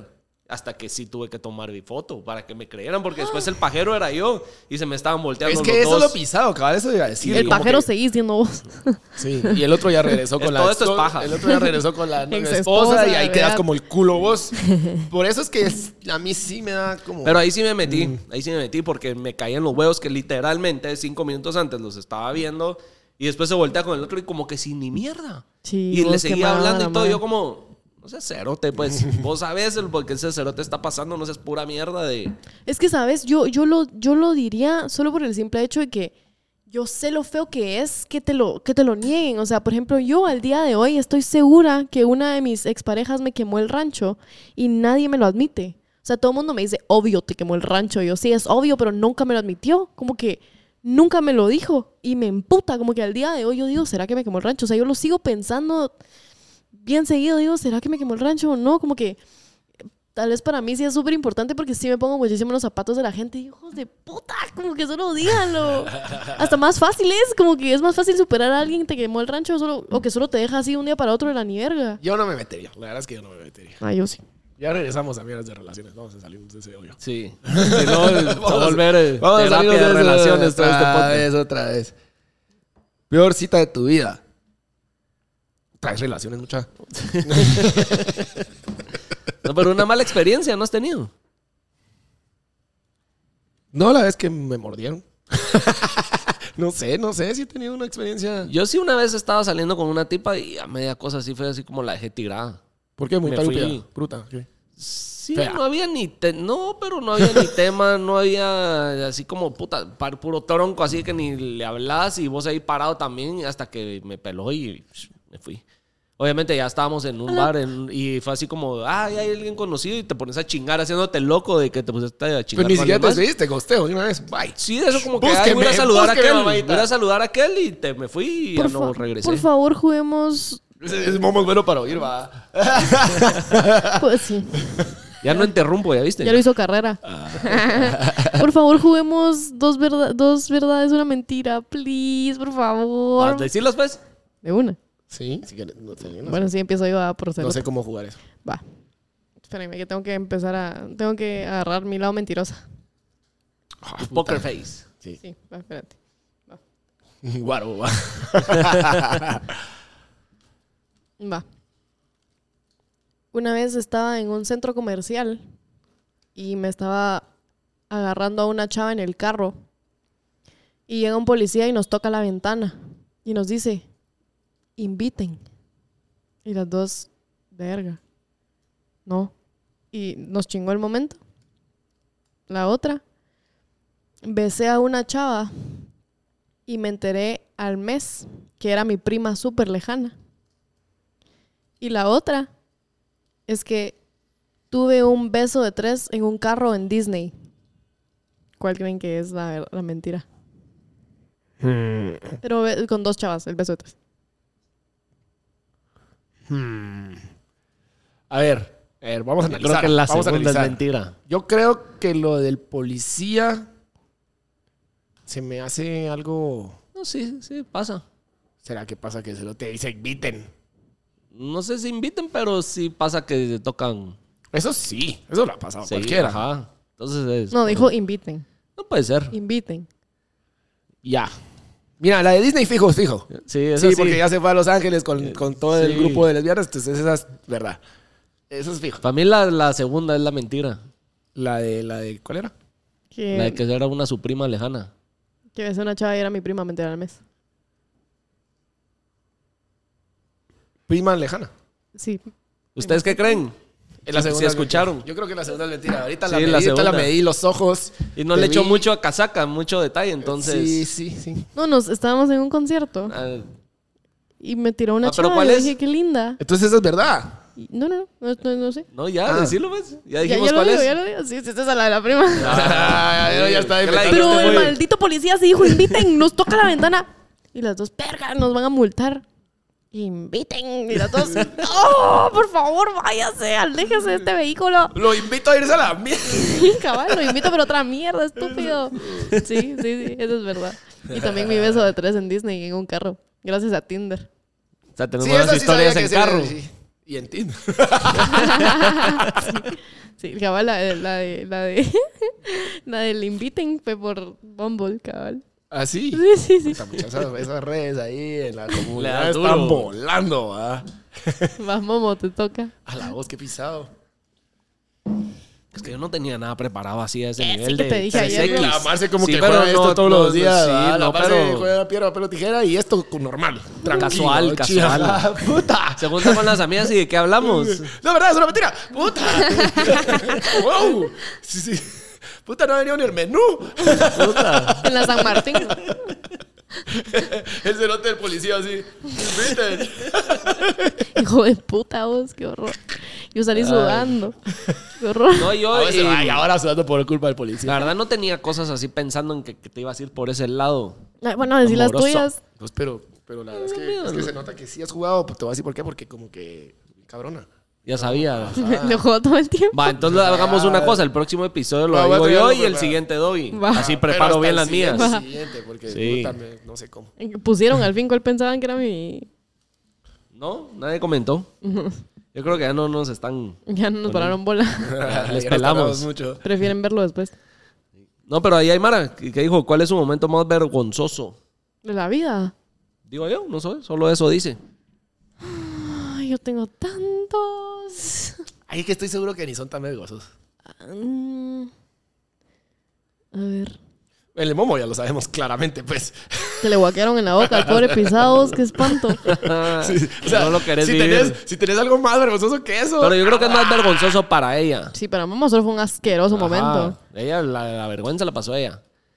Hasta que sí tuve que tomar mi foto para que me creyeran, porque después el pajero era yo y se me estaban volteando Es que los eso dos. lo pisado, cabal, eso iba a decir. El como pajero que- seguís siendo vos. Sí, y el otro ya regresó con Todo esto es paja. El otro ya regresó con la Ex esposa y ahí esposa, quedas ¿verdad? como el culo vos. Por eso es que a mí sí me da como... Pero ahí sí me metí porque me caían los huevos que literalmente 5 minutos antes los estaba viendo y después se voltea con el otro y como que sin ni mierda. Sí, Y le vos seguía quemada hablando la y todo. madre. Yo como, no seas cerote, pues vos sabes porque ese cerote está pasando, no seas pura mierda de... Es que, ¿sabes? Yo lo diría solo por el simple hecho de que yo sé lo feo que es que te lo nieguen. O sea, por ejemplo, yo al día de hoy estoy segura que una de mis exparejas me quemó el rancho y nadie me lo admite. O sea, todo el mundo me dice, obvio, te quemó el rancho. Y yo, sí, es obvio, pero nunca me lo admitió. Como que nunca me lo dijo. Y me emputa. Como que al día de hoy yo digo, ¿será que me quemó el rancho? O sea, yo lo sigo pensando bien seguido. Digo, ¿será que me quemó el rancho o no? Como que tal vez para mí sí es súper importante porque sí me pongo muchísimo en los zapatos de la gente. Hijos de puta, como que solo díganlo. Hasta más fácil es, como que es más fácil superar a alguien que te quemó el rancho o que solo te deja así un día para otro de la ni verga. Yo no me metería, la verdad es que yo no me metería. Ah, yo sí. Ya regresamos a mierdas de relaciones, vamos a salir de ese hoyo. Sí. Si no, va a volver Vamos a salir terapia de relaciones todo este otra podcast. vez, otra vez. Peor cita de tu vida. Traes relaciones, mucha. No, pero una mala experiencia no has tenido. No, la vez que me mordieron. No sé si he tenido una experiencia. Yo sí una vez estaba saliendo con una tipa y a media cosa así fue así como la dejé tirada. ¿Por qué? Muy Me talúpida, fui. bruta. ¿Qué? Sí, Fea. no había ni... No, pero no había ni tema, no había así como puta, puro tronco, así que ni le hablas y vos ahí parado también hasta que me peló y me fui. Obviamente ya estábamos en un bar y fue así como, hay alguien conocido y te pones a chingar haciéndote loco de que te pusiste a chingar. Pues ni con siquiera alguien te más. despediste, gosteo de una vez. Bye. Sí, de eso como que Búsqueme, voy a saludar a búsqueme, aquel, mamita. voy a saludar a aquel y me fui y ya no regresé. Por favor, juguemos. Ese es momos bueno para oír, va. Pues sí. Ya no interrumpo, ¿ya viste? Ya lo hizo carrera. Por favor, juguemos dos verdades, una mentira. Please, por favor. ¿Decirlos pues? De una. Sí, si quieres. No sé, no Bueno, sí, empiezo yo a por sé. No sé cómo jugar eso. Va. Espérenme que tengo que agarrar mi lado mentirosa. Poker face. Sí. Sí, va, espérate. Guaro, va. Va. Una vez estaba en un centro comercial y me estaba agarrando a una chava en el carro. Y llega un policía y nos toca la ventana y nos dice, inviten. Y las dos, verga. No. Y nos chingó el momento. La otra, besé a una chava y me enteré al mes que era mi prima súper lejana. Y la otra es que tuve un beso de 3 en un carro en Disney. ¿Cuál creen que es la mentira? Pero con 2 chavas, el beso de 3. A ver, vamos a Yo analizar. creo que la vamos a segunda es analizar. mentira. Yo creo que lo del policía se me hace algo... No, sí, pasa. ¿Será que pasa que se lo te dice inviten? No sé si inviten, pero sí pasa que te tocan. Eso sí, eso lo ha pasado a Sí, cualquiera. Ajá. Entonces es. No, dijo inviten. No puede ser. Inviten. Ya. Mira, la de Disney fijo. Sí, eso Sí, sí. porque ya se fue a Los Ángeles con todo el Sí. grupo de lesbianas, entonces esa es verdad. Eso es fijo. Para mí la segunda es la mentira. La de ¿cuál era? La de que era una su prima lejana. Que besé a una chava y era mi prima, me enteré al mes. Prima lejana. Sí. ¿Ustedes qué creen? La Si segunda escucharon. Yo creo que la segunda es mentira. Ahorita Sí, la la medí, ahorita la segunda. medí los ojos. Y no Te le echó vi. mucho a casaca, mucho detalle, entonces. Sí. No, estábamos en un concierto Ah, y me tiró una pero chava ¿cuál y yo es? dije, qué linda. Entonces eso es verdad. Y no sé. no, ya, Ah. decirlo, pues. Ya Ya dijimos lo cuál digo, es. ya lo digo. Sí, esta es la de la prima. Ya está ¿Qué la inventando. Pero dijiste, el muy- maldito policía sí dijo, inviten, nos toca la ventana. Y las dos, perga, nos van a multar. Inviten. Y las dos, ¡oh, por favor, váyase, aléjese de este vehículo! Lo invito a irse a la mierda. Sí, cabal, lo invito, pero otra mierda, estúpido. Sí, eso es verdad. Y también mi beso de 3 en Disney, en un carro. Gracias a Tinder. O sea, tenemos Sí, unas esa sí historias sabía en que carro. sí. Y en Tinder. Sí, cabal, la del inviten fue por Bumble, cabal. ¿Ah, sí? Sí. Muchas esas redes ahí en la comunidad da están duro. volando, ¿va? Vas, Momo, te toca. A la voz, qué pisado. Es que yo no tenía nada preparado así a ese Sí nivel que de te dije ayer, 3X. ¿no? Clamarse como Sí, que pero juega esto no, todos no, los días. sí, ¿va? no, Lamarse, pero- juega piedra, papel o tijera y esto normal. Tranquilo. Casual. chill. Puta. Se junta con las amigas y ¿de qué hablamos? No, verdad, es una mentira. Puta. Wow. Sí. Puta, no ha venido ni el menú. En la San Martín. El cerote del policía así. Inviten. Hijo de puta, vos, qué horror. Yo salí sudando. Qué horror. No, yo... Ahora sudando por culpa del policía. La verdad no tenía cosas así pensando en que te ibas a ir por ese lado. Ay, bueno, decir las Amoroso. tuyas. Pues, pero la verdad es que se nota que sí has jugado. Pues te voy a decir por qué. Porque como que... Cabrona. Ya sabía. Le juego todo el tiempo. Va, entonces hagamos una cosa. El próximo episodio lo Va, digo voy a yo tenerlo y el preparado. siguiente Dobby. Va. Así Pero preparo hasta bien el las mías. siguiente, porque Sí. puta, no sé cómo. Pusieron al fin cuál pensaban que era mi... No, nadie comentó. Yo creo que ya no nos están... Ya no nos pararon bola. Les Ya nos pelamos. tardamos mucho. Prefieren verlo después. No, pero ahí hay Mara que dijo, ¿cuál es su momento más vergonzoso? De la vida. Digo yo, no sé, solo eso dice. Ay, yo tengo tantos. Ay, que estoy seguro que ni son tan vergonzosos. Mm. A ver. El Momo ya lo sabemos claramente, pues. Se le guaquearon en la boca al pobre Pisados. Qué espanto. Sí, o sea, No lo querés si vivir. si tenés algo más vergonzoso que eso. Pero yo creo que es más vergonzoso para ella. Sí, para mamá solo fue un asqueroso momento. Ajá. Ella, la vergüenza la pasó a ella.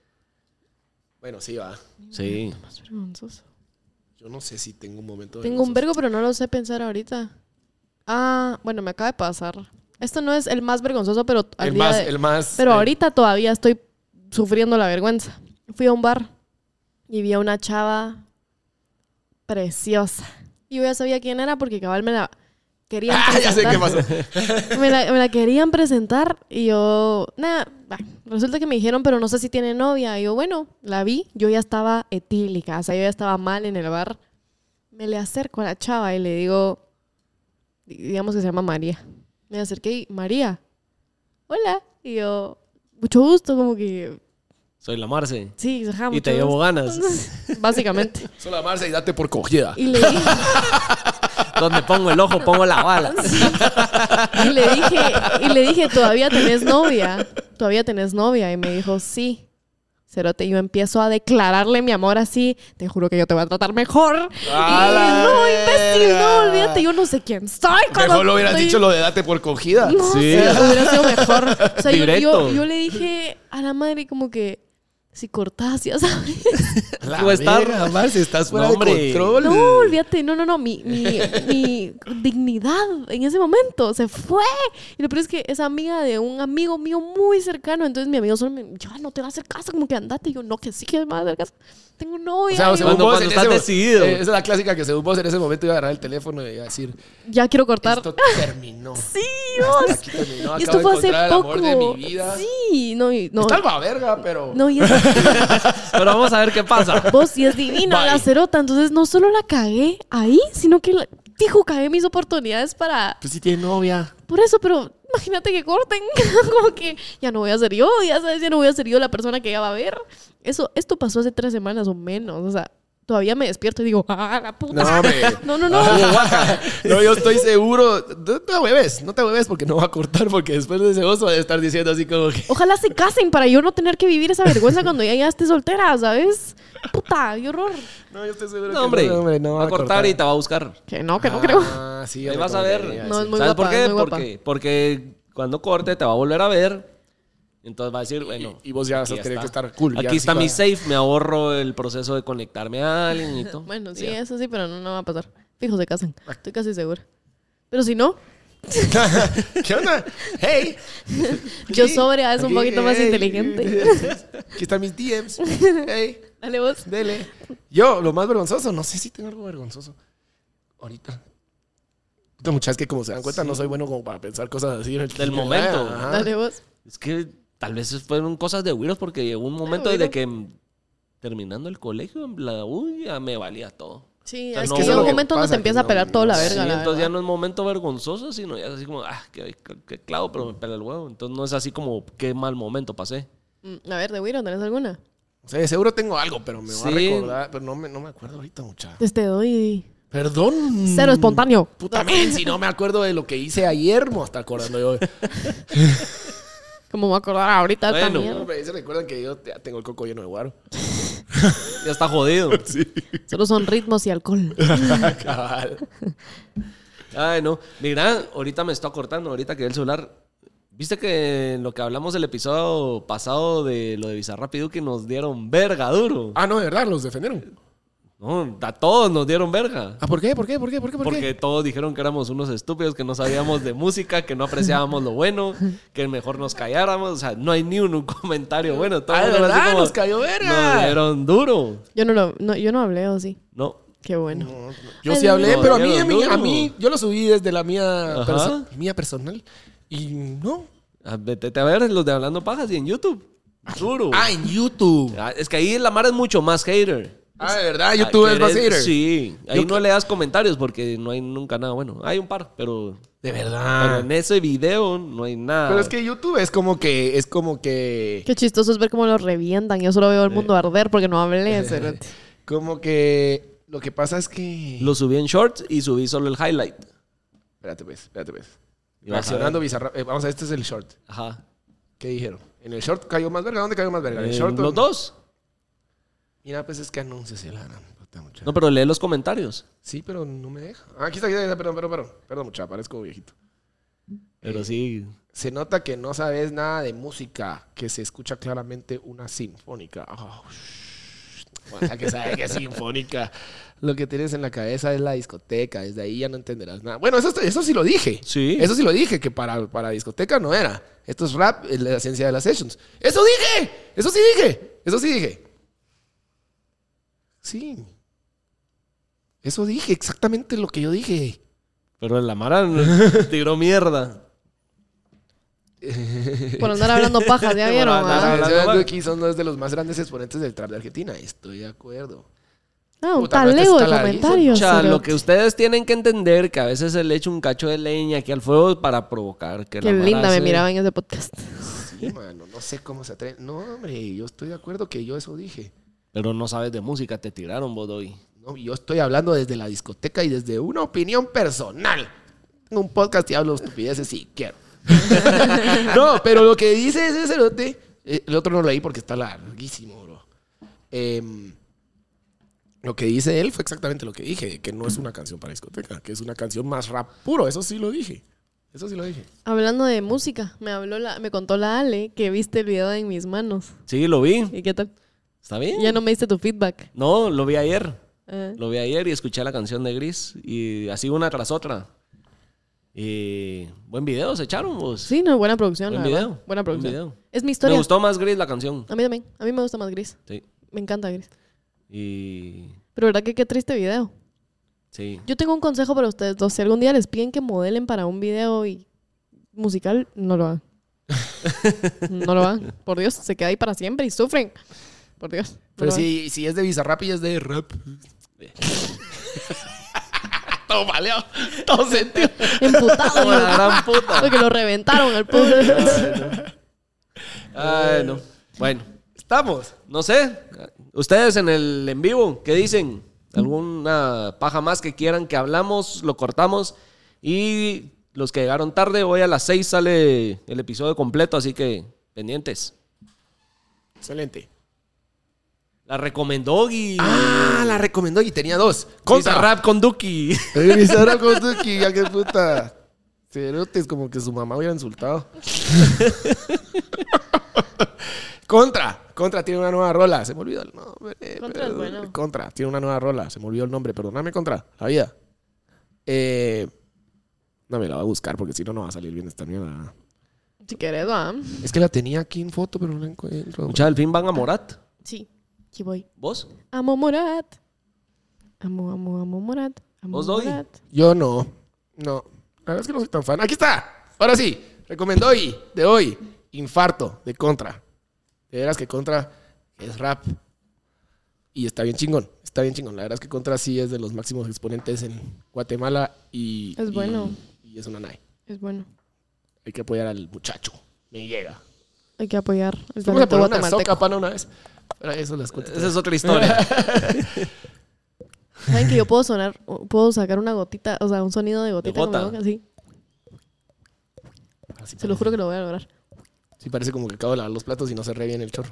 Bueno, sí, va. Sí. Más vergonzoso. Yo no sé si tengo un momento Tengo un vergo, pero no lo sé pensar ahorita. Ah, bueno, me acaba de pasar. Esto no es el más vergonzoso, pero al día de- el más. Pero ahorita todavía estoy sufriendo la vergüenza. Fui a un bar y vi a una chava preciosa. Y yo ya sabía quién era porque cabal me la querían Ya sé qué pasó. me la querían presentar y yo... Nada, resulta que me dijeron, pero no sé si tiene novia. Y yo, bueno, la vi. Yo ya estaba etílica, o sea, yo ya estaba mal en el bar. Me le acerco a la chava y le digo... Digamos que se llama María. Me acerqué y... María, hola. Y yo... Mucho gusto, como que... Soy la Marce. Sí, ajá, Y mucho te llevo gusto. ganas. Básicamente. Solo amarse y date por cogida. Y le dije... Donde pongo el ojo, pongo la bala. Y le dije, ¿todavía tenés novia? ¿Todavía tenés novia? Y me dijo, sí. Cerote, yo empiezo a declararle mi amor así. Te juro que yo te voy a tratar mejor. ¡A Y la no, imbécil, verga! no, olvídate, yo no sé quién soy. cuando Mejor lo hubieras estoy- dicho lo de date por cogida. No, Sí. hubiera sido mejor. O sea, Directo. yo le dije a la madre como que, si cortás, ya sabes. La Tú estás- verga, Marce, estás fuera No, hombre. de control. No, olvídate, no, mi dignidad en ese momento se fue. Y lo peor es que es amiga de un amigo mío muy cercano, entonces mi amigo solo me ya no te va a hacer caso, como que andate. Y yo, no, que sí que me va a hacer caso. Tengo novia. O sea, Y yo, según vos, Cuando en estás ese mo- decidido. esa es la clásica que según vos en ese momento iba a agarrar el teléfono y iba a decir, ya quiero cortar. esto terminó. Sí, Hasta Dios. aquí terminó. Y esto Acabo fue de hace encontrar el poco. amor de mi vida. Sí, no, Está alba verga, pero... no, y es, Pero vamos a ver qué pasa. vos sí es divina Bye. la cerota. Entonces no solo la cagué ahí, sino que fijo, cagué mis oportunidades para... Pues si tiene novia. Por eso, pero imagínate que corten. Como que ya no voy a ser yo, ya sabes, ya no voy a ser yo la persona que ella va a ver. Esto pasó hace 3 semanas o menos. O sea, todavía me despierto y digo, ¡ah, la puta! No, hombre. No. No, yo estoy seguro. No te hueves porque no va a cortar, porque después de ese oso va a estar diciendo así como que... Ojalá se casen para yo no tener que vivir esa vergüenza cuando ella ya esté soltera, ¿sabes? Puta, qué horror. No, yo estoy seguro No, hombre. no Va a cortar y te va a buscar. Que no creo. Ah, sí, ya Ahí me vas a acordé, ver. ya, No, sí. es muy ¿Sabes guapa, por qué? es muy guapa. Porque cuando corte te va a volver a ver. Entonces va a decir, bueno. Y vos ya vas a aquí tener está. que estar cool. ya Aquí está sí mi va. safe, me ahorro el proceso de conectarme a alguien y todo. Bueno, sí, Ya. eso sí, pero no va a pasar. Fijo, se casan. Estoy casi segura. Pero si no, ¿Qué onda? ¡Hey! yo sobria es un Aquí, poquito más hey. inteligente. Aquí están mis DMs. ¡Hey! Dale vos. Dele. Yo, lo más vergonzoso, no sé si tengo algo vergonzoso. Ahorita. Puta, muchachas que como se dan cuenta, no soy bueno como para pensar cosas así en el Del momento. Ajá. Dale vos. Es que tal vez fueron cosas de güiros porque llegó un momento güiro. desde que terminando el colegio, en la U, ya me valía todo. Sí, O sea, es no- que eso llega es un lo momento que donde pasa, te empieza que a pelar no- toda la no- Sí, verga, la entonces ya verdad. no es momento vergonzoso, sino ya es así como, qué clavo, pero me pela el huevo. Entonces no es así como, qué mal momento pasé. A ver, de Wiro, ¿tenés alguna? O sea, de seguro tengo algo, pero me voy a Sí. recordar. Pero no me acuerdo ahorita, mucha. Te doy Perdón. cero espontáneo. Puta men, si no me acuerdo de lo que hice ayer, me voy a estar acordando yo. Como me acordar ahorita de esta Bueno. mierda. No, pero se recuerdan que yo ya tengo el coco lleno de guaro. Ya está jodido. Solo son ritmos y alcohol. Cabal. Ay, no. Mira, ahorita me está cortando, ahorita que el celular. ¿Viste que en lo que hablamos del episodio pasado de lo de Bizarrap y Duki nos dieron verga duro? Ah, no, de verdad, los defendieron. No, a todos nos dieron verga. Ah, ¿por qué? ¿Por qué? Porque todos dijeron que éramos unos estúpidos, que no sabíamos de música, que no apreciábamos lo bueno, que mejor nos calláramos. O sea, no hay ni un comentario bueno. Todo Ah, el de mundo así verdad, como, nos cayó verga. Nos dieron duro. Yo no hablé, ¿o sí? No. Qué bueno. Yo sí hablé, No, pero a dieron mí, duro. yo lo subí desde la mía, Ajá. mía personal. Y no. Vete a ver los de Hablando Pajas y en YouTube. Duro. Ah, en YouTube. Ah, es que ahí la Mara es mucho más hater. Ah, de verdad, YouTube es más ¿Querés? hater. Sí. Ahí Yo- no le das comentarios porque no hay nunca nada bueno. Hay un par, pero... De Pero verdad. en ese video no hay nada. Pero es que YouTube es como que Qué chistoso es ver cómo lo revientan. Yo solo veo el mundo arder porque no hablé. Cerote. como que lo que pasa es que Lo subí en shorts y subí solo el highlight. espérate pues. Y vas a Reaccionando ver. Bizarrap. Vamos a ver, este es el short. Ajá. ¿Qué dijeron? ¿En el short cayó más verga? ¿Dónde cayó más verga? ¿En el short? o Los en- dos. Mira, pues es que anuncios y la gran puta, muchacha. No, pero lee los comentarios. Sí, pero no me deja. Ah, aquí está, perdón, muchacha, parezco viejito. Pero sí. Se nota que no sabes nada de música, que se escucha claramente una sinfónica. Oh, bueno, que sabe que es sinfónica. Lo que tienes en la cabeza es la discoteca, desde ahí ya no entenderás nada. Bueno, eso sí lo dije. Sí. Eso sí lo dije, que para discoteca no era. Esto es rap, es la ciencia de las sessions. ¡Eso dije! ¡Eso sí dije! ¡Eso sí dije! Sí. Eso dije, exactamente lo que yo dije. Pero la Mara tiró mierda. Por andar hablando pajas, ya Por vieron. andar ¿Ah? hablando- Sebastián Duki son dos de los más grandes exponentes del trap de Argentina. Estoy de acuerdo. Ah, un Puta, pero este talego de está larguísimo. comentarios. Cha, lo cerote. que ustedes tienen que entender que a veces se le echa un cacho de leña aquí al fuego para provocar que Qué la Mara linda me se- miraba en ese podcast. Sí, mano, no sé cómo se atreve. No, hombre, yo estoy de acuerdo que yo eso dije. Pero no sabes de música, te tiraron vos hoy. No, yo estoy hablando desde la discoteca y desde una opinión personal. Tengo un podcast y hablo estupideces si quiero. No, pero lo que dice ese cerote, el otro no lo leí porque está larguísimo, bro. Lo que dice él fue exactamente lo que dije, que no es una canción para discoteca, que es una canción más rap puro. Eso sí lo dije. Eso sí lo dije. Hablando de música, me contó la Ale que viste el video de En Mis Manos. Sí, lo vi. ¿Y qué tal? ¿Está bien? Ya no me diste tu feedback. No, lo vi ayer. Ah. Lo vi ayer y escuché la canción de Gris. Y así una tras otra. Y buen video se echaron vos. Sí, no, buena producción. Buen la verdad. video. Buena Buen producción. video. Es mi Me historia. gustó más Gris la canción. A mí también. A mí me gusta más Gris. Sí. Me encanta Gris. Y Pero verdad que qué triste video. sí. Yo tengo un consejo para ustedes dos. Si algún día les piden que modelen para un video musical, no lo hagan. No lo hagan. Por Dios, se queda ahí para siempre y sufren. Por Dios. no Pero lo hagan. si es de Bizarrap y es de rap. Todo maleado. Todo sentido. Emputado. Como la gran puta. Porque lo reventaron al pobre. Ay, no. Bueno, Estamos. no sé. Ustedes en el en vivo, ¿qué dicen? ¿Alguna paja más que quieran que hablamos? Lo cortamos. Y los que llegaron tarde, hoy a las 6 sale el episodio completo, así que pendientes. Excelente. La recomendó y... Ah, la recomendó y tenía dos. Contra Rap con Duki. Bizarrap con Duki, ya que puta. Cerotes, como que su mamá hubiera insultado. Contra tiene una nueva rola. Se me olvidó el nombre. Contra es bueno. Contra tiene una nueva rola. Se me olvidó el nombre. Perdóname, Contra. La vida. No me la voy a buscar porque si no, no va a salir bien esta mierda. Si querés, va. Es que la tenía aquí en foto, pero no la encuentro. Mucha, al fin van a Morat. Sí, aquí voy. ¿Vos? Amo Morat. Amo Morat. Amo ¿Vos, Doggy? Morat. Yo no. No. La verdad es que no soy tan fan. Aquí está. Ahora sí. Recomendó de hoy. Infarto de Contra. De veras que Contra es rap. Y está bien chingón. está bien chingón. La verdad es que Contra sí es de los máximos exponentes en Guatemala y... Es bueno. Y es una nai. Es bueno. Hay que apoyar al muchacho. Me llega. Hay que apoyar el Vamos a talento poner una guatemalteco. soca, pana, una vez. Pero eso las cuento. Esa es otra historia. ¿Saben que yo puedo sacar una gotita, o sea, un sonido de gotita gota. con mi boca? Sí. Así Se lo parece. juro que lo voy a lograr. Sí, parece como que acabo de lavar los platos y no se re bien el chorro.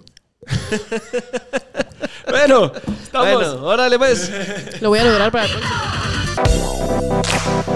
Bueno, estamos. Bueno, órale pues. Lo voy a lograr para el próximo.